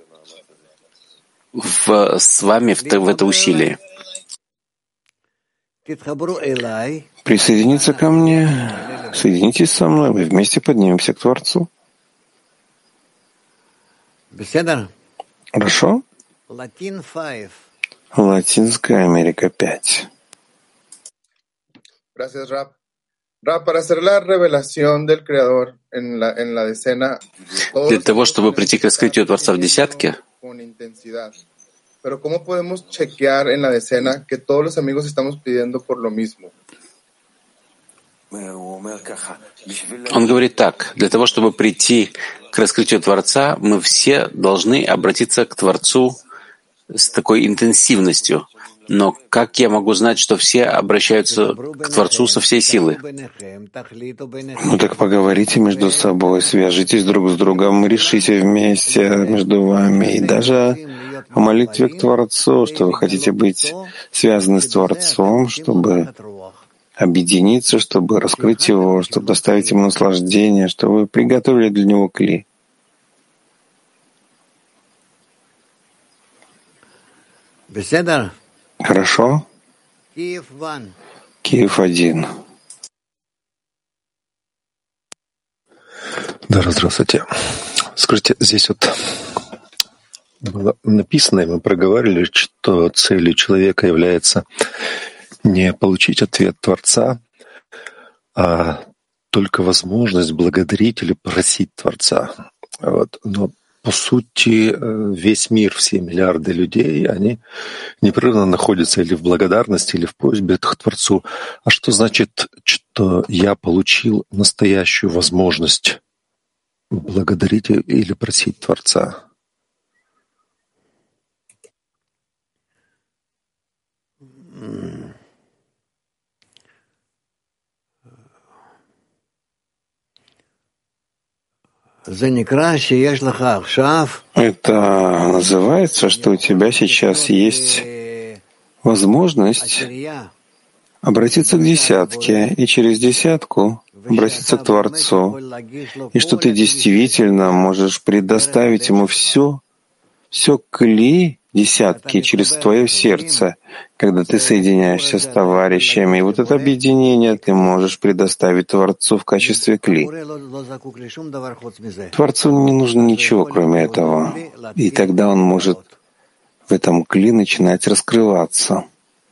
в, с вами в, в это усилие? Присоединиться ко мне, соединитесь со мной, мы вместе поднимемся к Творцу. Хорошо? Латинская Америка пять. Gracias, Rab. Rab, para hacer la revelación del Creador en la, en la decena, Для того, чтобы прийти к раскрытию Творца в десятке, pero ¿cómo podemos chequear en la decena que todos los amigos estamos pidiendo por lo mismo? он говорит так: для того, чтобы прийти к раскрытию Творца, мы все должны обратиться к Творцу с такой интенсивностью. Но как я могу знать, что все обращаются к Творцу со всей силы? Ну так поговорите между собой, свяжитесь друг с другом, решите вместе между вами. И даже о молитве к Творцу, что вы хотите быть связаны с Творцом, чтобы объединиться, чтобы раскрыть Его, чтобы доставить Ему наслаждение, чтобы вы приготовили для Него кли. Хорошо? Киев один. Да, здравствуйте. Скажите, здесь вот было написано, и мы проговорили, что целью человека является не получить ответ Творца, а только возможность благодарить или просить Творца. Вот. Но по сути, весь мир, все миллиарды людей, они непрерывно находятся или в благодарности, или в просьбе к Творцу. А что значит, что я получил настоящую возможность благодарить или просить Творца? Это называется, что у тебя сейчас есть возможность обратиться к десятке и через десятку обратиться к Творцу, и что ты действительно можешь предоставить Ему все, все кли десятки через твое сердце, когда ты соединяешься с товарищами. И вот это объединение ты можешь предоставить Творцу в качестве кли. Творцу не нужно ничего, кроме этого. И тогда он может в этом кли начинать раскрываться.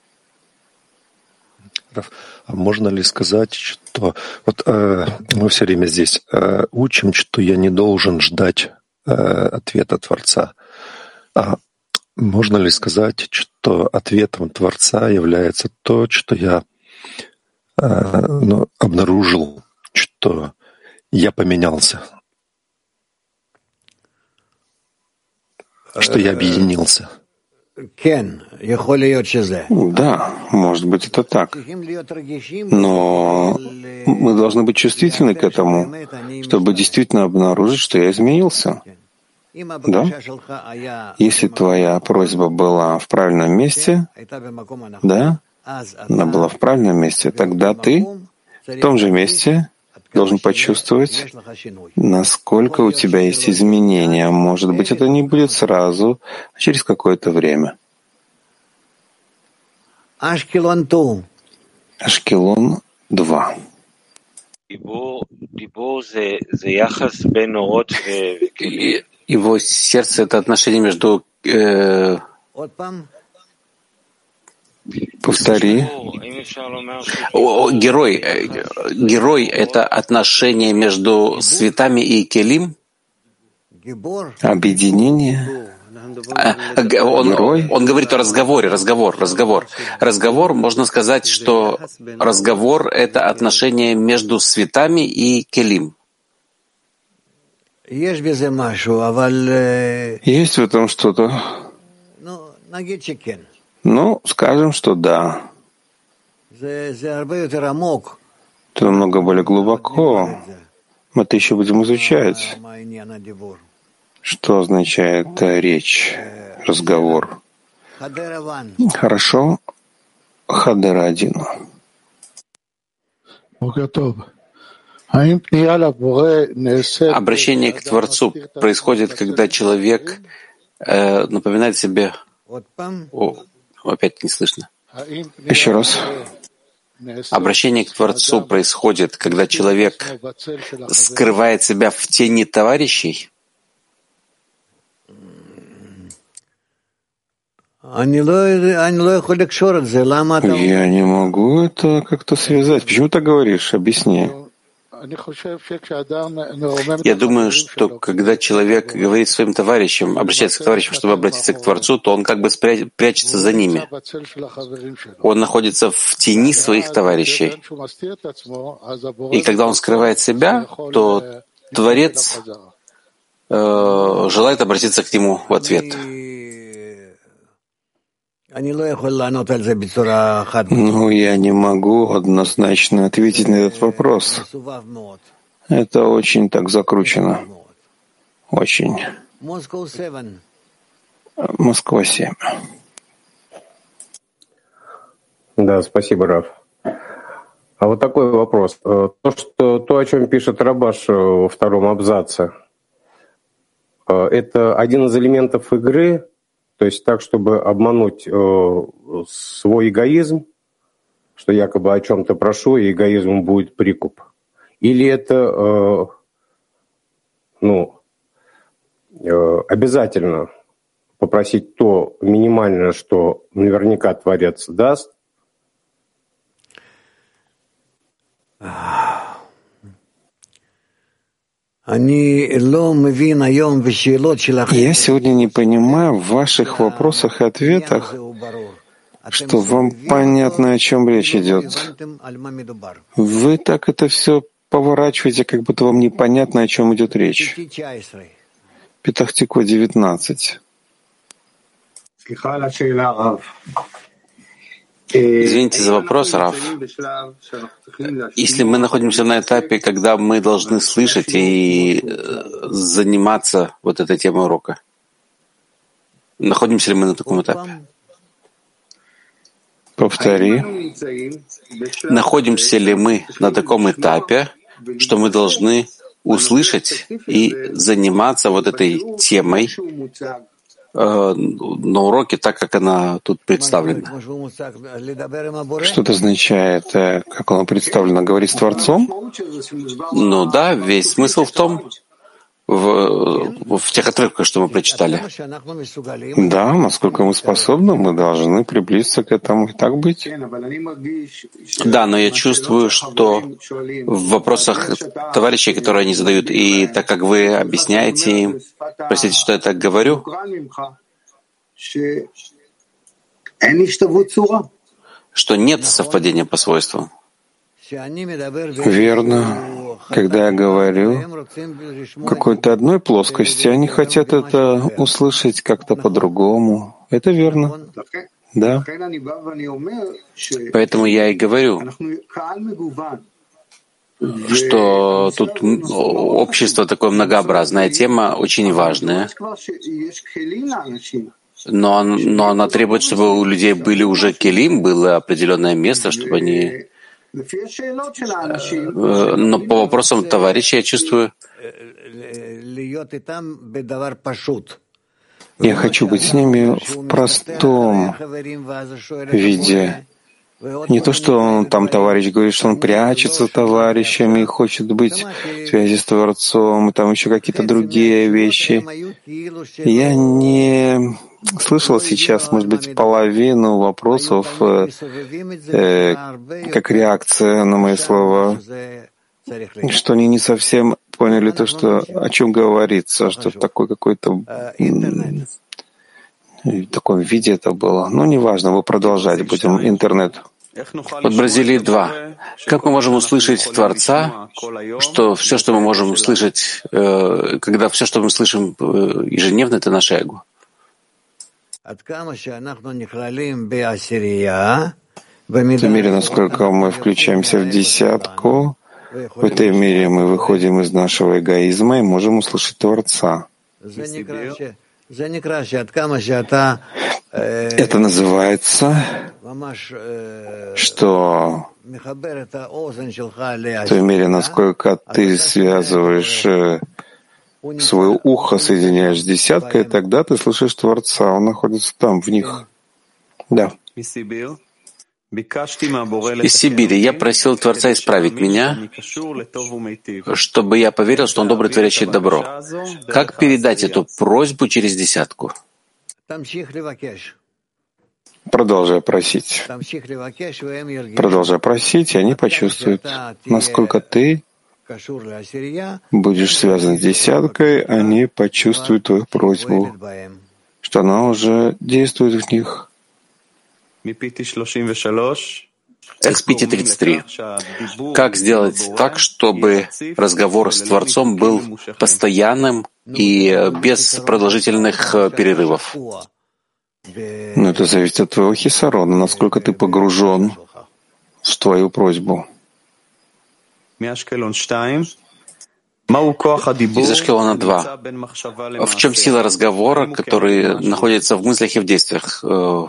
А можно ли сказать, что вот э, мы все время здесь э, учим, что я не должен ждать э, ответа Творца. А можно ли сказать, что ответом Творца является то, что я э, ну, обнаружил, что я поменялся, что я объединился? Да, может быть, это так. Но мы должны быть чувствительны к этому, чтобы действительно обнаружить, что я изменился. Да? Если твоя просьба была в правильном месте, да, она была в правильном месте, тогда ты В том же месте должен почувствовать, насколько у тебя есть изменения. Может быть, это не будет сразу, а через какое-то время. Ашкелон два. Его сердце — это отношение между... Э, Повтори. О, герой. Герой — это отношение между светами и келим? Объединение? Он, он говорит о разговоре, разговор, разговор. Разговор, можно сказать, что разговор — это отношение между светами и келим. Есть в этом что-то? Ну, скажем, что да. Это намного более глубоко. Мы это еще будем изучать. Что означает речь, разговор? Хорошо. Хадера один. Обращение к Творцу происходит, когда человек э, напоминает себе... О, опять не слышно. Еще раз. Обращение к Творцу происходит, когда человек скрывает себя в тени товарищей. Я не могу это как-то связать. Почему ты говоришь? Объясни. Я думаю, что когда человек говорит своим товарищам, обращается к товарищам, чтобы обратиться к Творцу, то он как бы спря- прячется за ними. Он находится в тени своих товарищей. И когда он скрывает себя, то Творец э, желает обратиться к нему в ответ. Ну, я не могу однозначно ответить на этот вопрос. Это очень так закручено. Очень. Москва семь. Да, спасибо, Раф. А вот такой вопрос. То, что, то, о чем пишет Рабаш во втором абзаце, это один из элементов игры, то есть так, чтобы обмануть э, свой эгоизм, что якобы о чем-то прошу, и эгоизму будет прикуп. Или это э, ну, э, обязательно попросить то минимальное, что наверняка Творец даст? Я сегодня не понимаю в ваших вопросах и ответах, что вам понятно, о чем речь идет. Вы так это все поворачиваете, как будто вам непонятно, о чем идет речь. Петах Тиква девятнадцать. Извините за вопрос, Раф. Если мы находимся на этапе, когда мы должны слышать и заниматься вот этой темой урока, находимся ли мы на таком этапе? Повтори. Находимся ли мы на таком этапе, что мы должны услышать и заниматься вот этой темой на уроке, так как она тут представлена? Что это означает, как она представлена? Говорить с Творцом? Ну да, весь смысл в том, в, в тех отрывках, что мы прочитали. Да, насколько мы способны, мы должны приблизиться к этому и так быть. Да, но я чувствую, что в вопросах товарищей, которые они задают, и так как вы объясняете им, простите, что я так говорю, что нет совпадения по свойствам. Верно. Когда я говорю в какой-то одной плоскости, они хотят это услышать как-то по-другому. Это верно. Да. Поэтому я и говорю, что тут общество такое многообразное, тема очень важная, но, но она требует, чтобы у людей были уже келим, было определенное место, чтобы они Но по вопросам товарища я чувствую, я хочу быть с ними в простом виде. Не то, что он, там товарищ говорит, что он прячется товарищами и хочет быть в связи с Творцом, и там еще какие-то другие вещи. Я не слышал сейчас, может быть, половину вопросов э, как реакция на мои слова, что они не совсем поняли то, что, о чем говорится, что в такой какой-то в таком виде это было. Ну, неважно, вы продолжать будем интернет. От Бразилии два. Как мы можем услышать Творца, что все, что мы можем услышать, э, когда все, что мы слышим э, ежедневно, это наше эго? В той мере, насколько мы включаемся в десятку, в этой мере мы выходим из нашего эгоизма и можем услышать Творца. Это называется, что в той мере, насколько ты связываешь свое ухо, соединяешь с десяткой, тогда ты слышишь Творца, он находится там, в них. Да. Из Сибири я просил Творца исправить меня, чтобы я поверил, что Он добрый, творящий добро. Как передать эту просьбу через десятку? Продолжай просить. Продолжай просить, и они почувствуют, насколько ты будешь связан с десяткой, они почувствуют твою просьбу, что она уже действует в них. Экс Пи Ти тридцать три. Как сделать так, чтобы разговор с Творцом был постоянным и без продолжительных перерывов? Но это зависит от твоего хисарона, насколько ты погружен в твою просьбу. Из Ашкелона два. В чем сила разговора, который находится в мыслях и в действиях?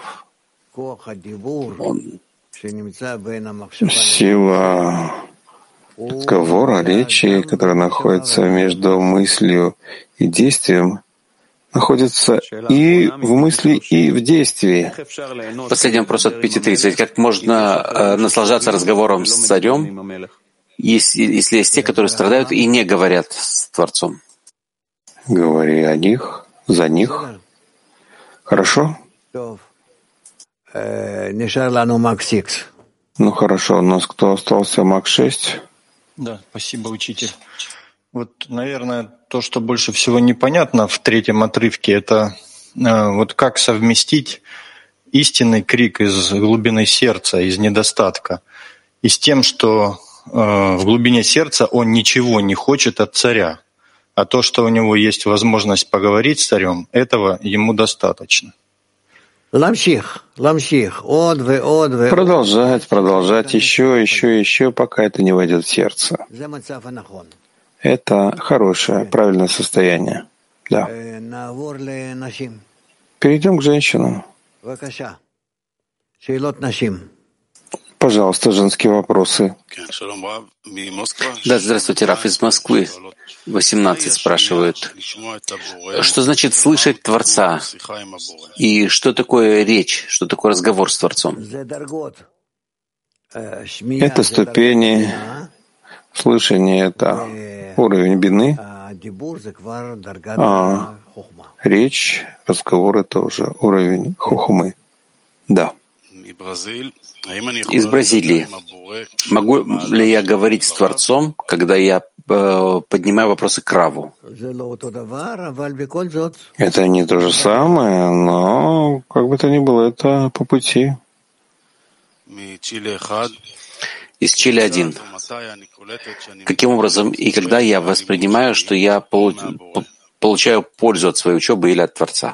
Он... Сила разговора, речи, которая находится между мыслью и действием, находится и в мысли, и в действии. Последний вопрос от Пи Ти тридцать. Как можно э, наслаждаться разговором с царем, если, если есть те, которые страдают и не говорят с Творцом? Говори о них, за них. Хорошо? Ну хорошо, у нас кто остался? Мак шесть? Да, спасибо, учитель. Вот, наверное, то, что больше всего непонятно в третьем отрывке, это э, вот как совместить истинный крик из глубины сердца, из недостатка, и с тем, что э, в глубине сердца он ничего не хочет от царя, а то, что у него есть возможность поговорить с царем, этого ему достаточно. Продолжать, продолжать, еще, еще, еще, пока это не войдет в сердце. Это хорошее, правильное состояние. Да. Перейдем к женщинам. Пожалуйста, женские вопросы. Да, здравствуйте, Раф из Москвы. восемнадцать спрашивают. Что значит слышать Творца? И что такое речь? Что такое разговор с Творцом? Это ступени. Слышание — это уровень бины, а речь, разговор — это уже уровень хохмы. Да. Из Бразилии. Могу ли я говорить с Творцом, когда я э, поднимаю вопросы к Раву? Это не то же самое, но как бы то ни было, это по пути. Из Чили один. Каким образом и когда я воспринимаю, что я получ... получаю пользу от своей учебы или от Творца?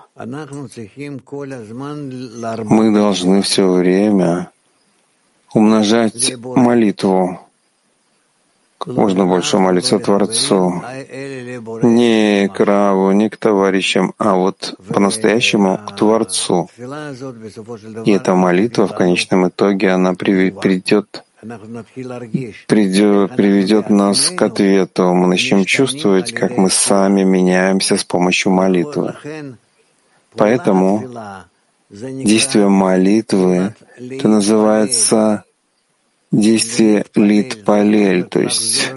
Мы должны все время умножать молитву. Как можно больше молиться Творцу. Не к Раву, не к товарищам, а вот по-настоящему к Творцу. И эта молитва в конечном итоге, она придет придет, приведет нас к ответу. Мы начнем чувствовать, как мы сами меняемся с помощью молитвы. Поэтому действие молитвы это называется действие лит-палель, то есть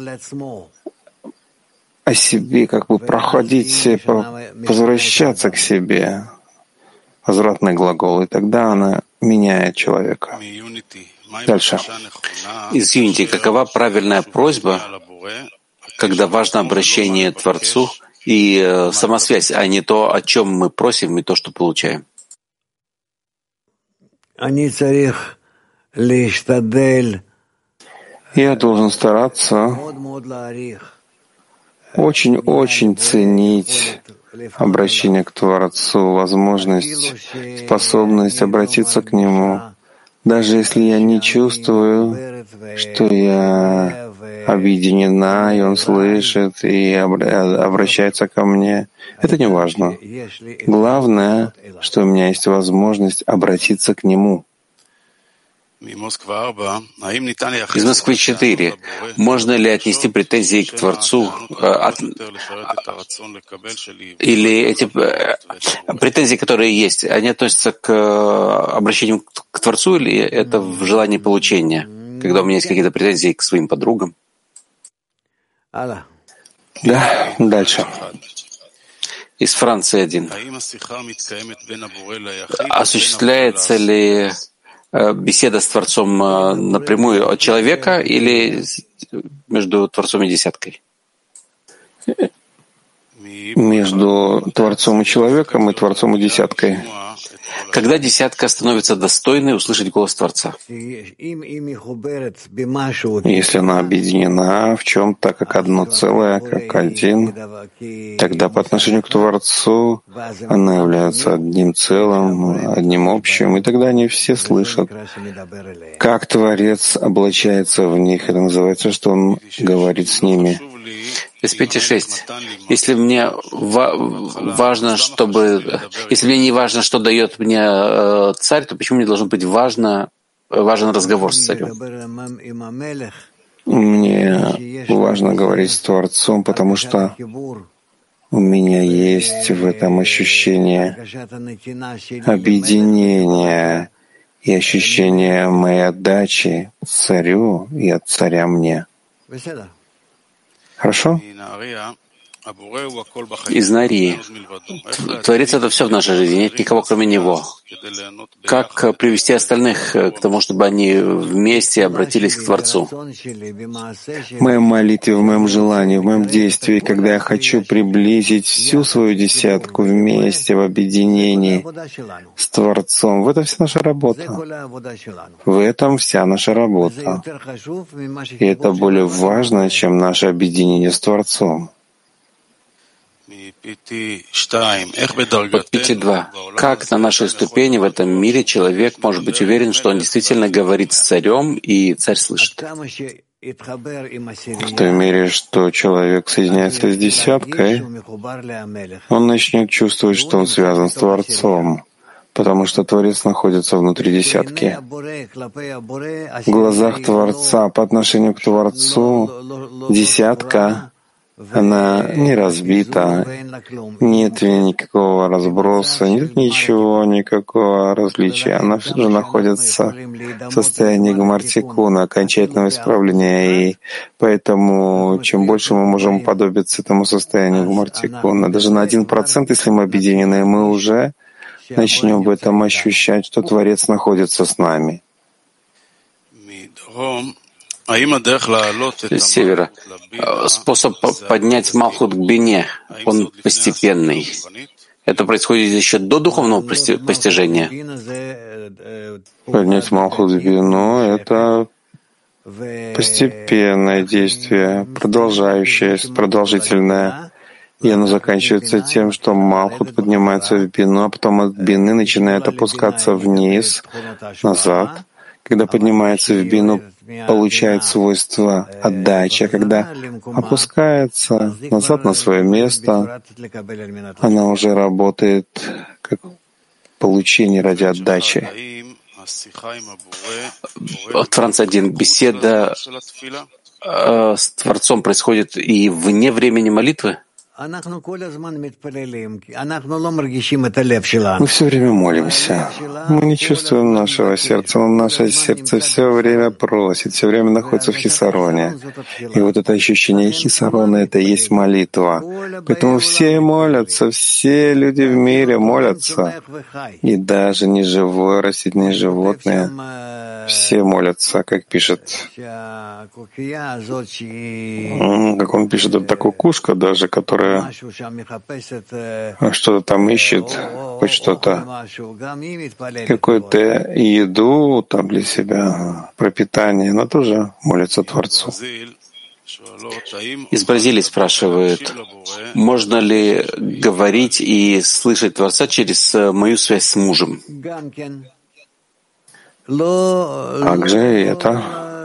о себе, как бы проходить, возвращаться к себе. Возвратный глагол, и тогда она меняет человека. Дальше. Из Unity, какова правильная просьба, когда важно обращение к Творцу и э, самосвязь, а не то, о чем мы просим, и то, что получаем? Я должен стараться очень-очень ценить обращение к Творцу, возможность, способность обратиться к Нему, даже если я не чувствую, что я объединена, и Он слышит, и обращается ко мне. Это не важно. Главное, что у меня есть возможность обратиться к Нему. Из Москвы четыре. Можно ли отнести претензии к Творцу? От, или эти претензии, которые есть, они относятся к обращению к Творцу, или это в желании получения, когда у меня есть какие-то претензии к своим подругам? Да, дальше. Из Франции один. Осуществляется ли беседа с Творцом напрямую от человека или между Творцом и десяткой? Между Творцом и человеком и Творцом и десяткой. Когда десятка становится достойной услышать голос Творца? Если она объединена в чем-то как одно целое, как один, тогда по отношению к Творцу она является одним целым, одним общим, и тогда они все слышат, как Творец облачается в них. Это называется, что Он говорит с ними. Из пяти шесть. Если мне ва- важно, чтобы, если мне не важно, что дает мне э, царь, то почему мне должен быть важно, важен разговор с царем? Мне важно говорить с Творцом, потому что у меня есть в этом ощущение объединения и ощущение моей отдачи царю и от царя мне. Хорошо? Из Нарии. Творец — это все в нашей жизни, нет никого, кроме Него. Как привести остальных к тому, чтобы они вместе обратились к Творцу? В моей молитве, в моем желании, в моем действии, когда я хочу приблизить всю свою десятку вместе в объединении с Творцом, в этом вся наша работа. В этом вся наша работа. И это более важно, чем наше объединение с Творцом. Под пяти два. Как на нашей ступени в этом мире человек может быть уверен, что он действительно говорит с царем, и царь слышит? В той мере, что человек соединяется с десяткой, он начнет чувствовать, что он связан с Творцом, потому что Творец находится внутри десятки. В глазах Творца по отношению к Творцу десятка она не разбита, нет никакого разброса, нет ничего, никакого различия. Она все же находится в состоянии гмартикуна, окончательного исправления, и поэтому чем больше мы можем подобиться этому состоянию гмартикуна, даже на один процент, если мы объединены, мы уже начнем в этом ощущать, что Творец находится с нами. С севера. Способ поднять Малхут к Бине, он постепенный. Это происходит еще до духовного постижения? Поднять Малхут к Бину — это постепенное действие, продолжающееся, продолжительное. И оно заканчивается тем, что Малхут поднимается в Бину, а потом от Бины начинает опускаться вниз, назад. Когда поднимается в Бину, получает свойство отдачи, а когда опускается назад на свое место, она уже работает как получение ради отдачи. От Франца один. Беседа э, с Творцом происходит и вне времени молитвы? Мы все время молимся. Мы не чувствуем нашего сердца, но наше сердце все время просит, все время находится в хисароне. И вот это ощущение хисарона — это и есть молитва. Поэтому все молятся, все люди в мире молятся. И даже неживое, растительные животные, все молятся, как пишет, как он пишет, это кукушка даже, которая что-то там ищет, хоть что-то, какую-то еду там для себя, пропитание, но тоже молится Творцу. Из Бразилии спрашивают, можно ли говорить и слышать Творца через мою связь с мужем? Также и это.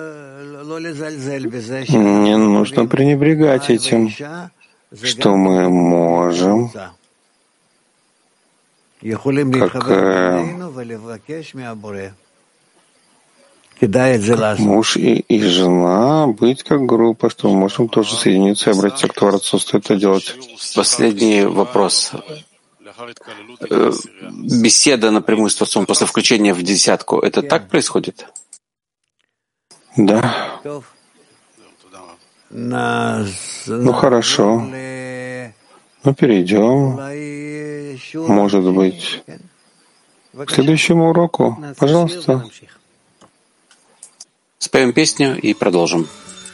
Не нужно пренебрегать этим, что мы можем, как э, муж и, и жена, быть как группа, что мы можем тоже соединиться и обратиться к Творцу. Стоит это делать. Последний вопрос. Беседа напрямую с Творцом после включения в десятку, это так происходит? Да. Ну хорошо. Ну перейдем, может быть, к следующему уроку. Пожалуйста. Споем песню и продолжим.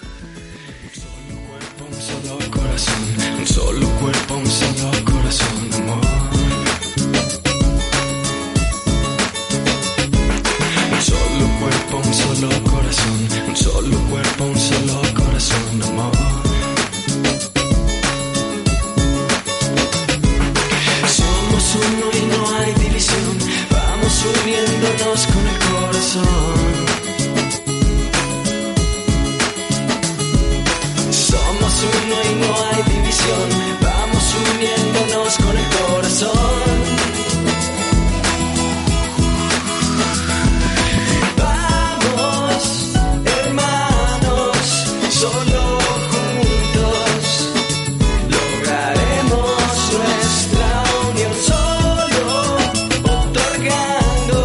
Uniéndonos con el corazón. Somos uno y no hay división. Vamos uniéndonos con el corazón. Vamos, hermanos, solo juntos lograremos nuestra unión. Solo otorgando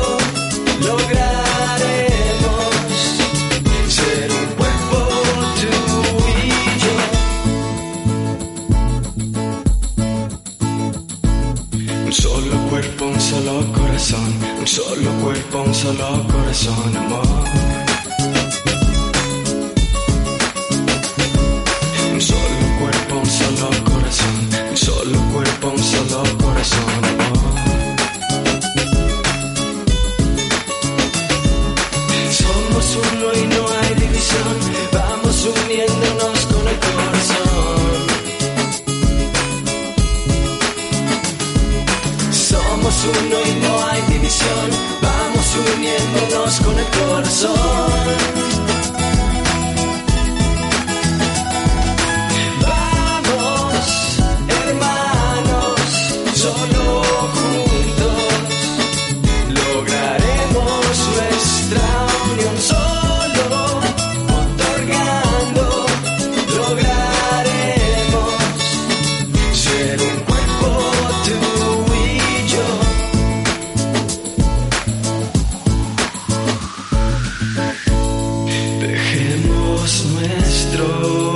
lograremos ser un cuerpo tú y yo. Un solo cuerpo, un solo corazón. Un solo cuerpo, un solo corazón, amor. Un solo cuerpo, un solo corazón. Un solo cuerpo, un solo corazón, amor. Somos uno y no hay división. Vamos uniéndonos con el corazón. Somos uno y no hay división. Vamos uniéndonos con el corazón. Vamos, hermanos, solo juntos lograremos nuestra unión. Solo otorgando lograremos ser un cuerpo tú y yo. Dejemos nuestro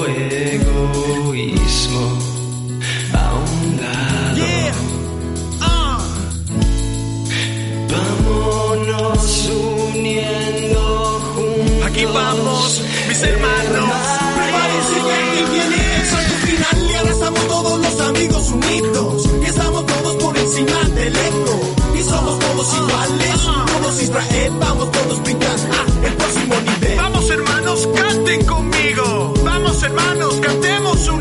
egoísmo a un lado. Vámonos uniendo juntos. Aquí vamos, mis hermanos. Prepárense que viene eso. Al final le abrazamos todos los amigos unidos. Que estamos todos por encima del ego. Y somos todos iguales. Todos Israel, vamos todos brindando ah, el próximo nivel. Vamos hermanos, canten conmigo. Vamos hermanos, cantemos un